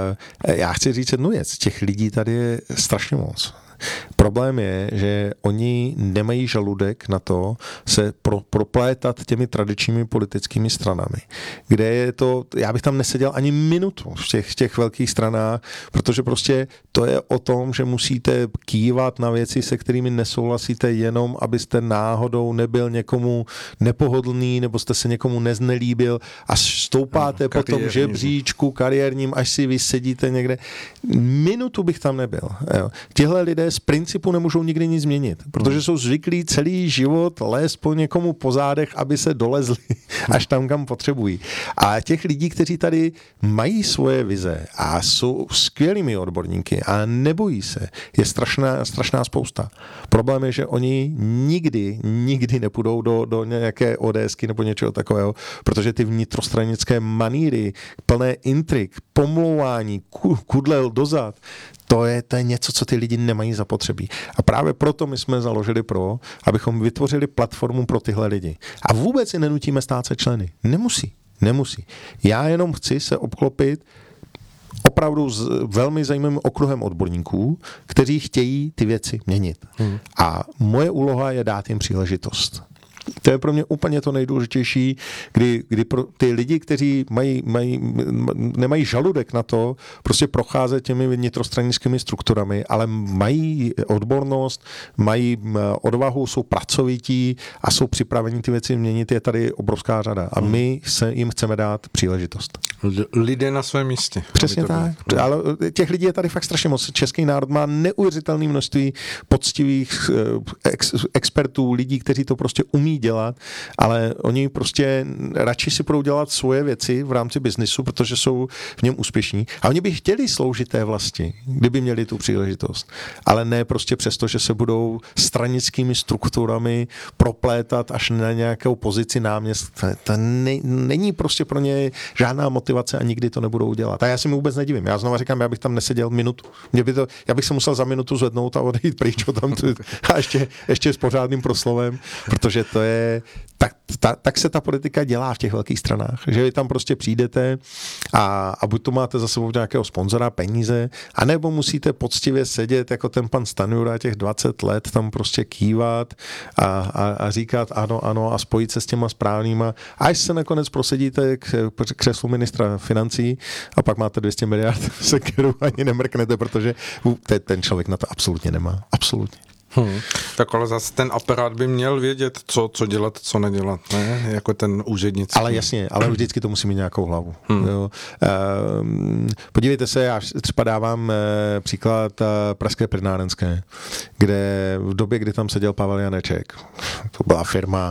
já chci říct jednu věc, těch lidí tady je strašně moc. Problém je, že oni nemají žaludek na to se pro, proplétat těmi tradičními politickými stranami, kde je to, já bych tam neseděl ani minutu v těch, v těch velkých stranách, protože prostě to je o tom, že musíte kývat na věci, se kterými nesouhlasíte jenom, abyste náhodou nebyl někomu nepohodlný, nebo jste se někomu neznelíbil a stoupáte no, po tom žebříčku kariérním, až si vysedíte někde. Minutu bych tam nebyl. Jo. Tihle lidé z principu nemůžou nikdy nic změnit, protože jsou zvyklí celý život lézt po někomu po zádech, aby se dolezli až tam, kam potřebují. A těch lidí, kteří tady mají svoje vize a jsou skvělými odborníky a nebojí se, je strašná, strašná spousta. Problém je, že oni nikdy, nikdy nepůjdou do, do nějaké ODSky nebo nebo něčeho takového, protože ty vnitrostranické maníry, plné intrik, pomlouvání, kudlel dozad, to je, to je něco, co ty lidi nemají zapotřebí. A právě proto my jsme založili Pro, abychom vytvořili platformu pro tyhle lidi. A vůbec si nenutíme stát se členy. Nemusí. Nemusí. Já jenom chci se obklopit opravdu s velmi zajímavým okruhem odborníků, kteří chtějí ty věci měnit. Hmm. A moje úloha je dát jim příležitost. To je pro mě úplně to nejdůležitější, kdy, kdy pro ty lidi, kteří mají, mají, nemají žaludek na to, prostě procházet těmi vnitrostranickými strukturami, ale mají odbornost, mají odvahu, jsou pracovití a jsou připraveni ty věci měnit, je tady obrovská řada. A my se jim chceme dát příležitost. Lidé na svém místě. Přesně tak. Ale těch lidí je tady fakt strašně moc. Český národ má neuvěřitelné množství poctivých ex, expertů, lidí, kteří to prostě umí dělat, ale oni prostě radši si budou dělat svoje věci v rámci biznisu, protože jsou v něm úspěšní. A oni by chtěli sloužit té vlasti, kdyby měli tu příležitost. Ale ne prostě přesto, že se budou stranickými strukturami proplétat až na nějakou pozici náměstka. To ne, není prostě pro ně žádná motivace a nikdy to nebudou dělat. A já si mi vůbec nedivím. Já znovu říkám, já bych tam neseděl minutu. Mě by to, já bych se musel za minutu zvednout a odejít pryč tam a ještě, ještě s pořádným proslovem, protože to je, tak, ta, tak se ta politika dělá v těch velkých stranách, že vy tam prostě přijdete a, a buď to máte za sebou nějakého sponzora, peníze, anebo musíte poctivě sedět jako ten pan Stanjura těch dvacet let, tam prostě kývat a, a, a říkat ano, ano a spojit se s těma správnýma, až se nakonec prosedíte k křeslu ministra financí a pak máte dvě stě miliard, se kterou ani nemrknete, protože ten člověk na to absolutně nemá. Absolutně. Hmm. Tak ale zase ten aparát by měl vědět, co, co dělat, co nedělat, ne? Jako ten úřednický. Ale jasně, ale vždycky to musí mít nějakou hlavu. Hmm. Jo. Ehm, podívejte se, já třeba dávám e, příklad e, Pražské plynárenské, kde v době, kdy tam seděl Pavel Janeček, to byla firma,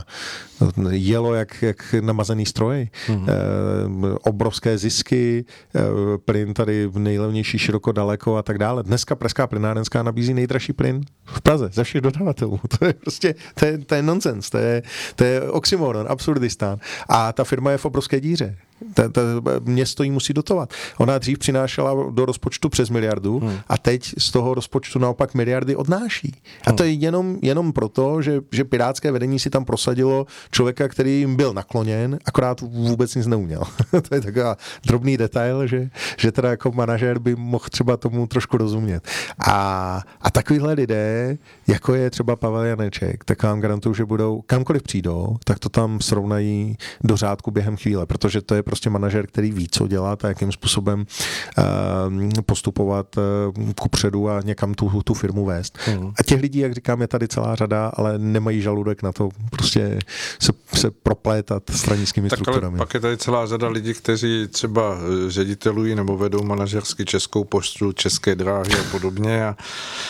jelo jak, jak namazaný stroj, hmm. e, obrovské zisky, e, plyn tady nejlevnější široko daleko a tak dále. Dneska Pražská plynárenská nabízí nejdražší plyn v Praze ze všech dodavatelů. To je prostě, to je, to je nonsens, to je, to je oxymoron, absurdistán. A ta firma je v obrovské díře. Ta, ta, město jí musí dotovat. Ona dřív přinášela do rozpočtu přes miliardu hmm. a teď z toho rozpočtu naopak miliardy odnáší. A to je jenom, jenom proto, že, že pirátské vedení si tam prosadilo člověka, který jim byl nakloněn, akorát vůbec nic neuměl. To je taková drobný detail, že, že teda jako manažer by mohl třeba tomu trošku rozumět. A, a takovýhle lidé, jako je třeba Pavel Janeček, tak vám garantuju, že budou, kamkoliv přijdou, tak to tam srovnají do řádku během chvíle, protože to je prostě manažer, který ví, co dělat a jakým způsobem uh, postupovat uh, kupředu a někam tu, tu firmu vést. Mm. A těch lidí, jak říkám, je tady celá řada, ale nemají žaludek na to prostě se, se proplétat stranickými tak strukturami. Ale pak je tady celá řada lidí, kteří třeba ředitelují nebo vedou manažersky Českou poštu, České dráhy a podobně a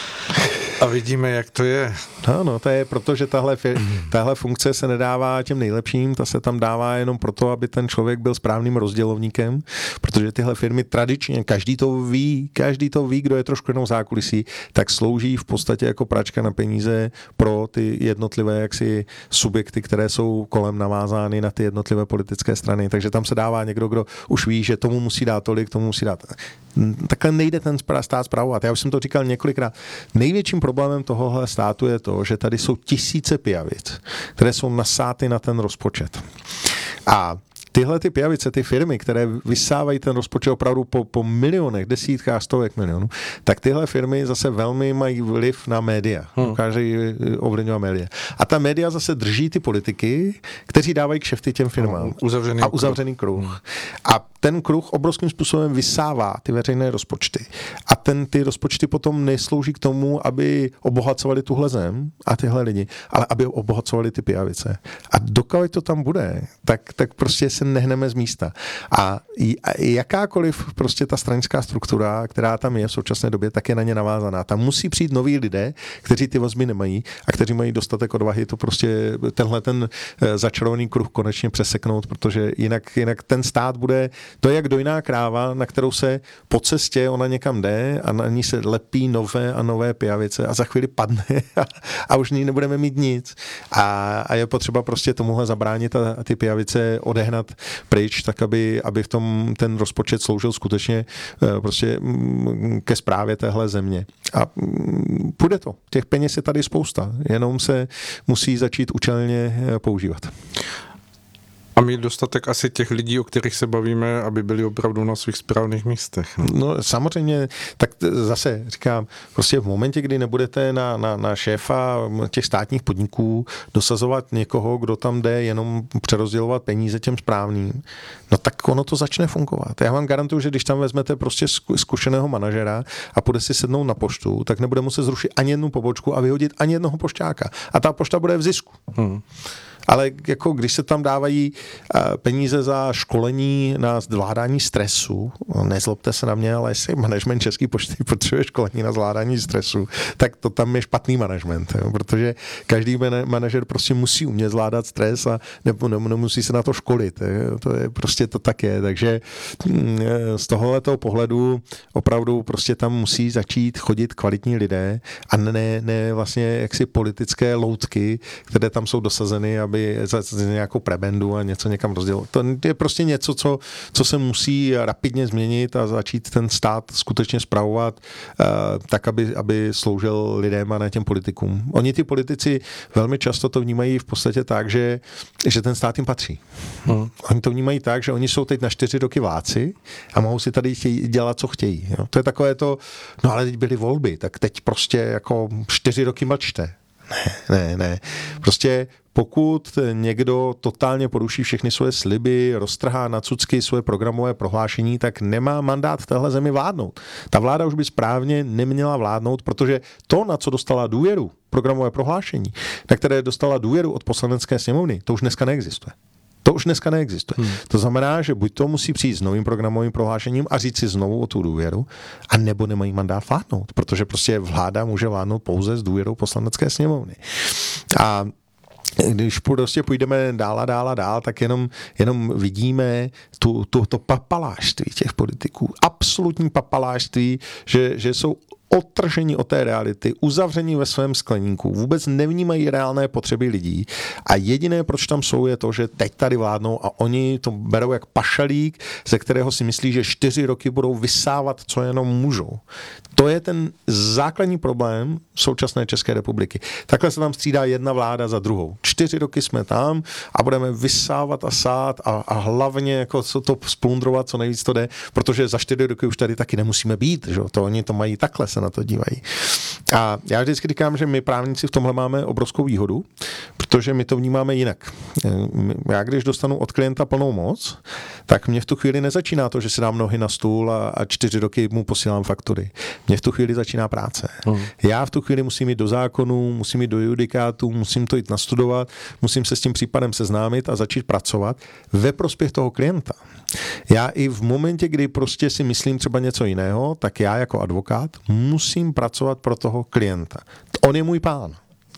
A vidíme, jak to je. Ano, to je proto, že tahle, tahle funkce se nedává těm nejlepším, ta se tam dává jenom proto, aby ten člověk byl správným rozdělovníkem, protože tyhle firmy tradičně, každý to ví, každý to ví, kdo je trošku jenom zákulisí, tak slouží v podstatě jako pračka na peníze pro ty jednotlivé jaksi subjekty, které jsou kolem navázány na ty jednotlivé politické strany. Takže tam se dává někdo, kdo už ví, že tomu musí dát tolik, tomu musí dát. Takhle nejde ten stát spravovat. Já už jsem to říkal několikrát. Největším problémem tohohle státu je to, že tady jsou tisíce pijavic, které jsou nasáty na ten rozpočet. A tyhle ty pijavice, ty firmy, které vysávají ten rozpočet opravdu po, po milionech, desítkách, stovek milionů, tak tyhle firmy zase velmi mají vliv na média. Hmm. Dokážejí ovlivňovat média. A ta média zase drží ty politiky, kteří dávají kšefty těm firmám. No, uzavřený a uzavřený kruh. kruh. Hmm. A ten kruh obrovským způsobem vysává ty veřejné rozpočty. A ten, ty rozpočty potom neslouží k tomu, aby obohacovali tuhle zem a tyhle lidi, ale aby obohacovali ty pijavice. A dokud to tam bude, tak, tak prostě se se nehneme z místa. A jakákoliv prostě ta stranická struktura, která tam je v současné době, tak je na ně navázaná. Tam musí přijít noví lidé, kteří ty vazby nemají a kteří mají dostatek odvahy to prostě tenhle ten začarovaný kruh konečně přeseknout, protože jinak, jinak ten stát bude, to je jak dojná kráva, na kterou se po cestě ona někam jde a na ní se lepí nové a nové pijavice a za chvíli padne a, a už ní nebudeme mít nic. A, a je potřeba prostě tomuhle zabránit a, a ty pijavice odehnat pryč, tak aby, aby v tom ten rozpočet sloužil skutečně prostě ke správě téhle země. A půjde to. Těch peněz je tady spousta, jenom se musí začít účelně používat. A mít dostatek asi těch lidí, o kterých se bavíme, aby byli opravdu na svých správných místech. No, no samozřejmě, tak zase říkám, prostě v momentě, kdy nebudete na, na, na šéfa těch státních podniků dosazovat někoho, kdo tam jde jenom přerozdělovat peníze těm správným, no tak ono to začne fungovat. Já vám garantuju, že když tam vezmete prostě zkušeného manažera a půjde si sednout na poštu, tak nebude muset zrušit ani jednu pobočku a vyhodit ani jednoho pošťáka. A ta pošta bude v zisku. Hmm. Ale jako když se tam dávají peníze za školení na zvládání stresu, nezlobte se na mě, ale jestli management České pošty potřebuje školení na zvládání stresu, tak to tam je špatný management, jo? Protože každý manažer prostě musí umět zvládat stres a nebo nemusí se na to školit. Jo? To je prostě to tak je. Takže z tohoto pohledu opravdu prostě tam musí začít chodit kvalitní lidé a ne, ne vlastně jaksi politické loutky, které tam jsou dosazeny, aby za, za nějakou prebendu a něco někam rozdělovat. To je prostě něco, co, co se musí rapidně změnit a začít ten stát skutečně spravovat uh, tak, aby, aby sloužil lidem a ne těm politikům. Oni ty politici velmi často to vnímají v podstatě tak, že, že ten stát jim patří. Hmm. Oni to vnímají tak, že oni jsou teď na čtyři roky vládci a mohou si tady chtějí, dělat, co chtějí. Jo. To je takové to, no ale teď byly volby, tak teď prostě jako čtyři roky mlčte. Ne, ne, ne. Prostě pokud někdo totálně poruší všechny svoje sliby, roztrhá na cucky svoje programové prohlášení, tak nemá mandát v téhle zemi vládnout. Ta vláda už by správně neměla vládnout, protože to, na co dostala důvěru, programové prohlášení, na které dostala důvěru od poslanecké sněmovny, to už dneska neexistuje. To už dneska neexistuje. Hmm. To znamená, že buď to musí přijít s novým programovým prohlášením a říct si znovu o tu důvěru, a nebo nemají mandát vládnout, protože prostě vláda může vládnout pouze s důvěrou poslanecké sněmovny. A když prostě půjdeme dál a dál a dál, tak jenom, jenom vidíme tu, tu, to papalášství těch politiků. Absolutní papalášství, že, že jsou odtržení od té reality, uzavření ve svém skleníku, vůbec nevnímají reálné potřeby lidí a jediné, proč tam jsou, je to, že teď tady vládnou a oni to berou jak pašalík, ze kterého si myslí, že čtyři roky budou vysávat, co jenom můžou. To je ten základní problém současné České republiky. Takhle se tam střídá jedna vláda za druhou. Čtyři roky jsme tam a budeme vysávat a sát a, a hlavně jako co to splundrovat, co nejvíc to jde, protože za čtyři roky už tady taky nemusíme být, že? To oni to mají takhle, se na to dívají. A já vždycky říkám, že my právníci v tomhle máme obrovskou výhodu, protože my to vnímáme jinak. Já když dostanu od klienta plnou moc, tak mě v tu chvíli nezačíná to, že si dám nohy na stůl a, a čtyři roky mu posílám faktury. Mně v tu chvíli začíná práce. Hmm. Já v tu chvíli musím jít do zákonu, musím jít do judikátu, musím to jít nastudovat, musím se s tím případem seznámit a začít pracovat ve prospěch toho klienta. Já i v momentě, kdy prostě si myslím třeba něco jiného, tak já jako advokát musím pracovat pro toho klienta. On je můj pán.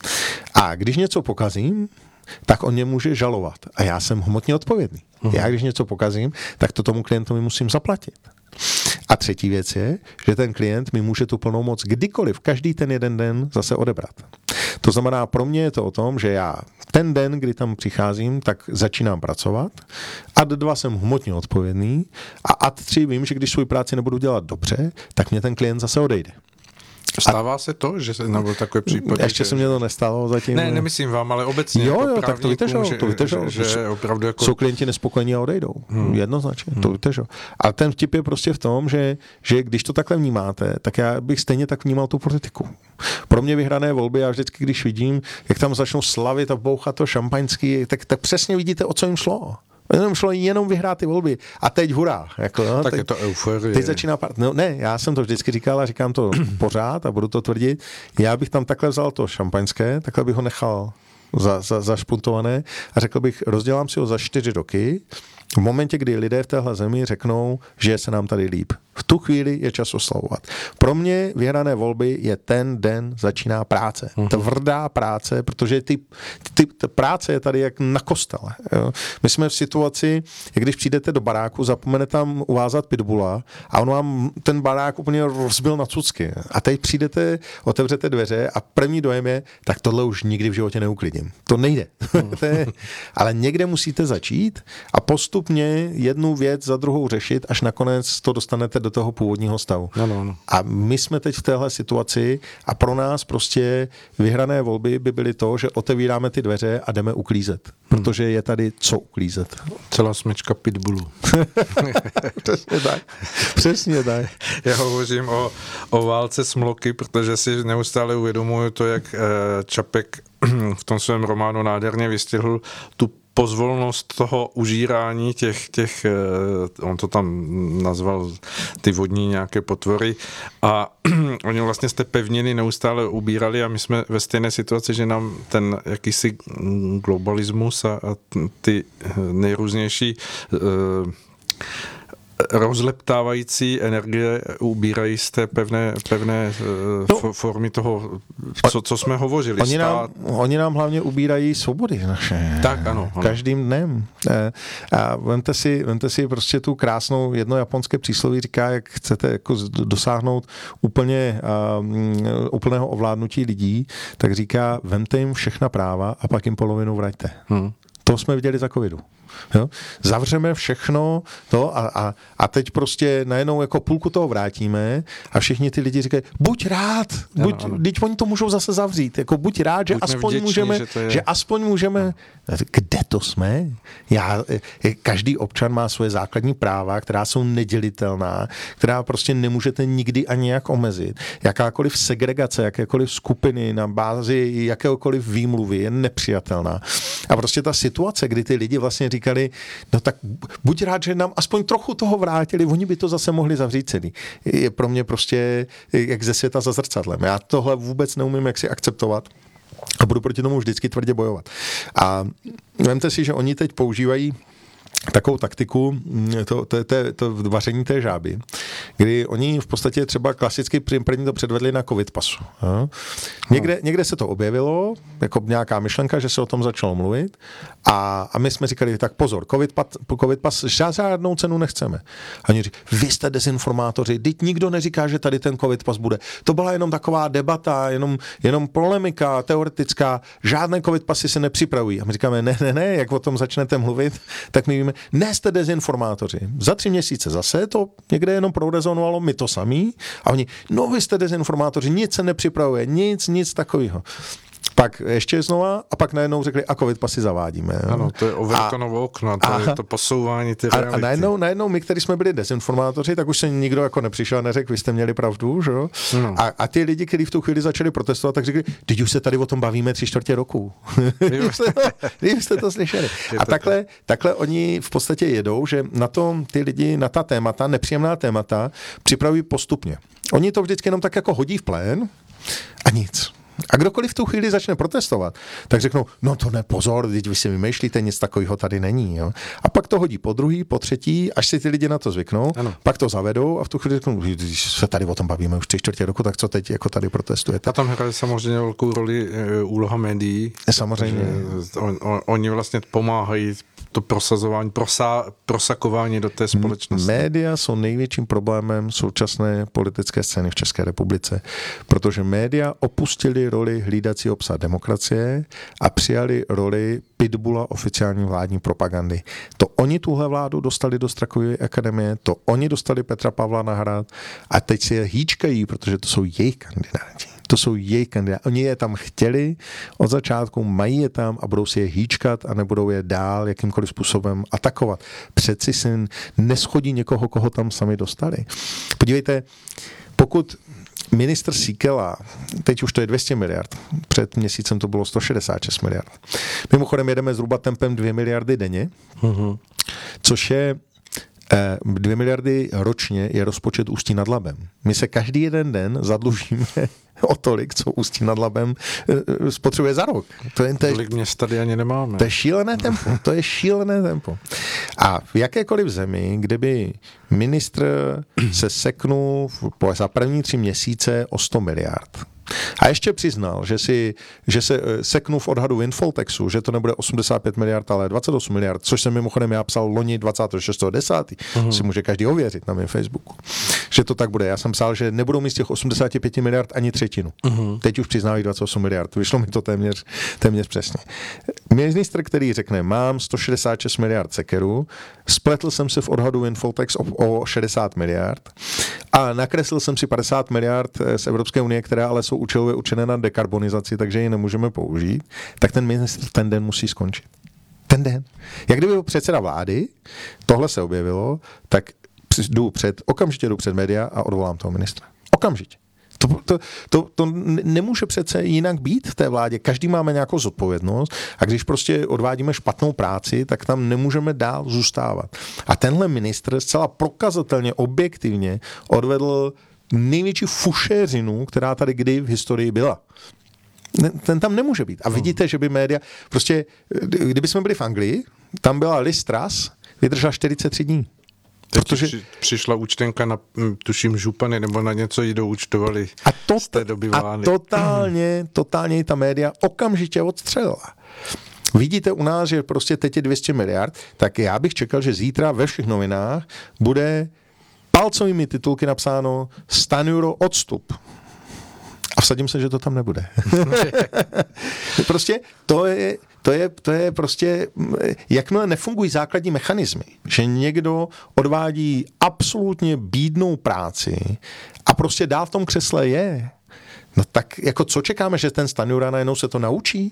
A když něco pokazím, tak on mě může žalovat. A já jsem hmotně odpovědný. Hmm. Já když něco pokazím, tak to tomu klientovi musím zaplatit. A třetí věc je, že ten klient mi může tu plnou moc kdykoliv, každý ten jeden den zase odebrat. To znamená, pro mě je to o tom, že já ten den, kdy tam přicházím, tak začínám pracovat. Ad dva jsem hmotně odpovědný a ad tři vím, že když svou práci nebudu dělat dobře, tak mě ten klient zase odejde. Stává a se to, že se nebyl takový případ? Ještě že... se mě to nestalo zatím. Ne, nemyslím vám, ale obecně. Jo, jako jo, tak to víte, že, to víte, že, že, že opravdu jako... jsou klienti nespokojení a odejdou. Hmm. Jednoznačně, hmm. to víte, že. A ten vtip je prostě v tom, že, že když to takhle vnímáte, tak já bych stejně tak vnímal tu politiku. Pro mě vyhrané volby, já vždycky, když vidím, jak tam začnou slavit a bouchat to šampaňský, tak, tak přesně vidíte, o co jim šlo. Jenom šlo jenom vyhrát ty volby. A teď hurá. Jako, no, tak teď, je to euforie. Teď začíná part. No ne, já jsem to vždycky říkal a říkám to pořád a budu to tvrdit. Já bych tam takhle vzal to šampaňské, takhle bych ho nechal za, za, zašpuntované a řekl bych, rozdělám si ho za čtyři roky V momentě, kdy lidé v téhle zemi řeknou, že se nám tady líp. V tu chvíli je čas oslavovat. Pro mě vyhrané volby je ten den začíná práce. Uh-huh. Tvrdá práce, protože ty, ty, ty práce je tady jak na kostele. Jo. My jsme v situaci, jak když přijdete do baráku, zapomene tam uvázat pitbulla a on vám ten barák úplně rozbil na cucky. A teď přijdete, otevřete dveře a první dojem je, tak tohle už nikdy v životě neuklidím. To nejde. Uh-huh. to je, ale někde musíte začít a postupně jednu věc za druhou řešit, až nakonec to dostanete do toho původního stavu. Ano, ano. A my jsme teď v téhle situaci a pro nás prostě vyhrané volby by byly to, že otevíráme ty dveře a jdeme uklízet. Protože je tady co uklízet. Celá smečka pitbullů. Přesně tak. Přesně tak. Já hovořím o, o válce smloky, protože si neustále uvědomuju to, jak Čapek v tom svém románu nádherně vystihl tu pozvolnost toho užírání těch, těch, on to tam nazval ty vodní nějaké potvory a oni vlastně z té pevniny neustále ubírali a my jsme ve stejné situaci, že nám ten jakýsi globalismus a, a ty nejrůznější uh, rozleptávající energie ubírají z té pevné, pevné no, formy toho, co, co jsme hovořili. Oni nám, oni nám hlavně ubírají svobody naše. Tak, ano. ano. Každým dnem. A vemte si, vemte si prostě tu krásnou jedno japonské přísloví říká, jak chcete jako dosáhnout úplně um, úplného ovládnutí lidí, tak říká, vemte jim všechna práva a pak jim polovinu vraťte. Hmm. To jsme viděli za covidu. Jo? Zavřeme všechno to a, a, a teď prostě najednou jako půlku toho vrátíme a všichni ty lidi říkají, buď rád, buď, ano, ano. Teď oni to můžou zase zavřít, jako buď rád, že Buďme aspoň vděční, můžeme, že, je... že aspoň můžeme, kde to jsme? Já, každý občan má svoje základní práva, která jsou nedělitelná, která prostě nemůžete nikdy ani jak omezit. Jakákoliv segregace, jakékoliv skupiny na bázi jakéhokoliv výmluvy je nepřijatelná. A prostě ta situace, kdy ty lidi vlastně říkali, no tak buď rád, že nám aspoň trochu toho vrátili, oni by to zase mohli zavřít celý. Je pro mě prostě jak ze světa za zrcadlem. Já tohle vůbec neumím jak si akceptovat a budu proti tomu vždycky tvrdě bojovat. A vemte si, že oni teď používají takovou taktiku, to, to, to, to vaření té žáby, kdy oni v podstatě třeba klasicky první to předvedli na covid pasu. Někde, někde se to objevilo, jako nějaká myšlenka, že se o tom začalo mluvit a, a my jsme říkali, tak pozor, covid, pat, covid pas žádnou cenu nechceme. A oni říkají, vy jste dezinformátoři, teď nikdo neříká, že tady ten covid pas bude. To byla jenom taková debata, jenom, jenom polemika teoretická, žádné covid pasy se nepřipravují. A my říkáme, ne, ne, ne, jak o tom začnete mluvit, tak my víme, ne, jste dezinformátoři. Za tři měsíce zase to někde jenom prorezonovalo, my to samý. A oni, no vy jste dezinformátoři, nic se nepřipravuje, nic, nic takového. Pak ještě znova a pak najednou řekli, a covid pasy zavádíme. Jo? Ano, to je Overtonovo okno, to a, je to posouvání ty a, reality. A najednou, najednou my, kteří jsme byli dezinformátoři, tak už se nikdo jako nepřišel a neřekl, vy jste měli pravdu, že jo? No. A, a ty lidi, kteří v tu chvíli začali protestovat, tak řekli, teď už se tady o tom bavíme tři čtvrtě roku. Vy jste to, vy jste to slyšeli. A takhle, takhle oni v podstatě jedou, že na to ty lidi, na ta témata, nepříjemná témata, připravují postupně. Oni to vždycky jenom tak jako hodí v plén a nic. A kdokoliv v tu chvíli začne protestovat, tak řeknou, no to ne, pozor, teď vy si vymýšlíte, nic takového tady není. Jo? A pak to hodí po druhý, po třetí, až si ty lidi na to zvyknou, ano. Pak to zavedou a v tu chvíli řeknou, když se tady o tom bavíme už tři čtvrtě roku, tak co teď jako tady protestujete? A tam hraje samozřejmě velkou roli e, úloha médií. Samozřejmě. On, on, oni vlastně pomáhají to prosazování, prosa, prosakování do té společnosti. Média jsou největším problémem současné politické scény v České republice, protože média opustili roli hlídacího psa demokracie a přijali roli pitbulla oficiální vládní propagandy. To oni tuhle vládu dostali do Strakovy akademie, to oni dostali Petra Pavla na hrad a teď si je hýčkají, protože to jsou jejich kandidáti. To jsou jejich kandidáti. Oni je tam chtěli od začátku, mají je tam a budou si je hýčkat a nebudou je dál jakýmkoliv způsobem atakovat. Přeci si neschodí někoho, koho tam sami dostali. Podívejte, pokud ministr Síkela, teď už to je dvě stě miliard, před měsícem to bylo sto šedesát šest miliard. Mimochodem jedeme zhruba tempem dvě miliardy denně, uh-huh. což je Dvě miliardy ročně je rozpočet Ústí nad Labem. My se každý jeden den zadlužíme o tolik, co Ústí nad Labem spotřebuje za rok. To je, to je, tolik měst tady ani nemáme. To je šílené tempo. To je šílené tempo. A v jakékoliv zemi, kdyby ministr se seknul za první tři měsíce o sto miliard, a ještě přiznal, že, si, že se seknu v odhadu windfall taxu, že to nebude osmdesát pět miliard, ale dvacet osm miliard, což jsem mimochodem já psal loni dvacátého šestého desátého Uh-huh. Si může každý ověřit na mém Facebooku. Že to tak bude. Já jsem psal, že nebudou mít z těch osmdesát pět miliard ani třetinu. Uh-huh. Teď už přiznávají dvacet osm miliard. Vyšlo mi to téměř, téměř přesně. Ministr, který řekne, mám sto šedesát šest miliard sekeru, spletl jsem se v odhadu windfall tax o, o šedesát miliard a nakreslil jsem si padesát miliard z Evropské unie, které ale jsou účelově určené na dekarbonizaci, takže ji nemůžeme použít, tak ten ministr ten den musí skončit. Ten den. Jak kdyby byl předseda vlády, tohle se objevilo, tak jdu před, okamžitě jdu před média a odvolám toho ministra. Okamžitě. To, to, to, to nemůže přece jinak být v té vládě. Každý máme nějakou zodpovědnost a když prostě odvádíme špatnou práci, tak tam nemůžeme dál zůstávat. A tenhle ministr zcela prokazatelně, objektivně odvedl největší fušéřinu, která tady kdy v historii byla. Ten tam nemůže být. A vidíte, že by média, prostě, kdyby jsme byli v Anglii, tam byla Liz Truss, vydržela čtyřicet tři dní. Protože při, přišla účtenka na, tuším, župany, nebo na něco jí doučtovali a to, z té doby vlády. A totálně, totálně ta média okamžitě odstřelila. Vidíte u nás, že prostě teď je dvě stě miliard, tak já bych čekal, že zítra ve všech novinách bude palcovými titulky napsáno Stanjuro odstup. A vsadím se, že to tam nebude. Prostě to je, to je, to je prostě, jakmile nefungují základní mechanismy, že někdo odvádí absolutně bídnou práci a prostě dál v tom křesle je, no tak jako co čekáme, že ten Stanjura najednou se to naučí?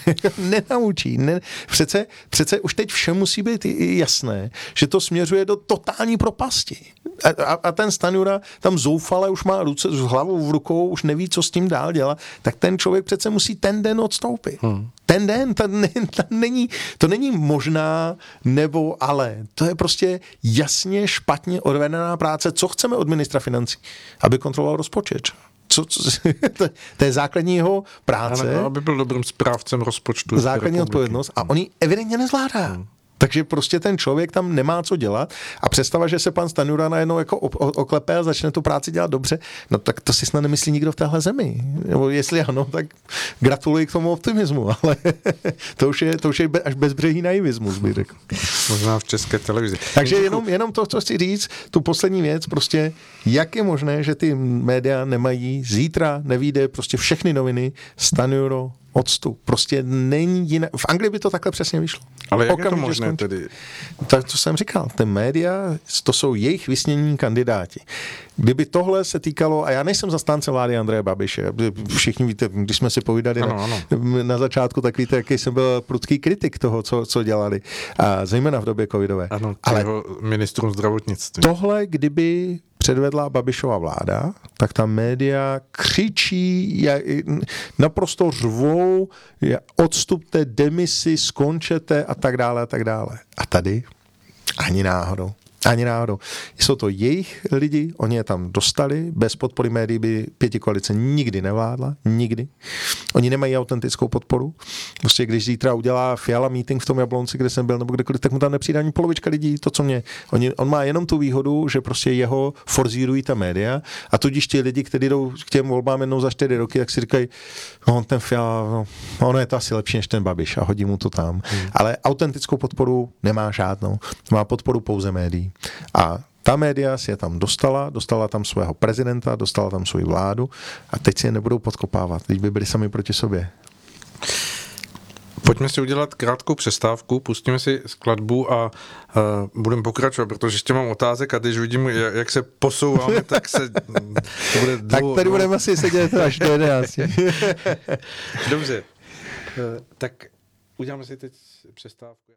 Nenaučí. Ne. Přece, přece už teď vše musí být jasné, že to směřuje do totální propasti. A, a, a ten Stanjura tam zoufale už má ruce s hlavou v rukou, už neví, co s tím dál dělat, tak ten člověk přece musí ten den odstoupit. Hmm. Ten den, tam, ne, tam není, to není možná nebo ale. To je prostě jasně špatně odvedená práce. Co chceme od ministra financí? Aby kontroloval rozpočet. Co, co, to, to je základní jeho práce. Ano, aby byl dobrým správcem rozpočtu. Základní odpovědnost a on ji evidentně nezvládá. Hmm. Takže prostě ten člověk tam nemá co dělat a představa, že se pan Stanjura najednou jako oklepe a začne tu práci dělat dobře, no tak to si snad nemyslí nikdo v téhle zemi. Nebo jestli ano, tak gratuluji k tomu optimismu, ale to už je, to už je až bezbřehý naivismus, bych řekl. Možná v České televizi. Takže jenom, jenom to, co chci říct, tu poslední věc, prostě jak je možné, že ty média nemají, zítra nevyjde prostě všechny noviny, Stanjuro odstup. Prostě není jiné. V Anglii by to takhle přesně vyšlo. Ale jak Okamžitě je to možné skončí. Tedy? Tak to jsem říkal. Ty média, to jsou jejich vysnění kandidáti. Kdyby tohle se týkalo, a já nejsem zastánce vlády Andreje Babiše, všichni víte, když jsme si povídali ano, na, ano. na začátku, tak víte, jaký jsem byl prudký kritik toho, co, co dělali. A zejména v době covidové. Ano, ale ministrům zdravotnictví. Tohle, kdyby předvedla Babišova vláda, tak ta média křičí, naprosto řvou, odstupte, demisi, skončete a tak dále a tak dále. A tady ani náhodou. Ani náhodou. Jsou to jejich lidi, oni je tam dostali, bez podpory médií by pětikoalice nikdy nevládla, nikdy. Oni nemají autentickou podporu. Prostě když zítra udělá Fiala meeting v tom Jablonci, kde jsem byl, nebo kdekoliv, tak mu tam nepřijde ani polovička lidí, to, co mě. Oni, on má jenom tu výhodu, že prostě jeho forzírují ta média a tudíž ti lidi, kteří jdou k těm volbám jednou za čtyři roky, tak si říkají, no ten Fiala, no, ono je to asi lepší než ten Babiš a hodí mu to tam. Hmm. Ale autentickou podporu nemá žádnou. Má podporu pouze médií. A ta média si je tam dostala, dostala tam svého prezidenta, dostala tam svou vládu a teď si je nebudou podkopávat, teď by byli sami proti sobě. Pojďme si udělat krátkou přestávku, pustíme si skladbu a uh, budeme pokračovat, protože ještě mám otázek a když vidím, jak, jak se posouváme, tak se to bude dlouho. Tak tady budeme asi sedět až do jedenácti. Dobře, uh, tak uděláme si teď přestávku.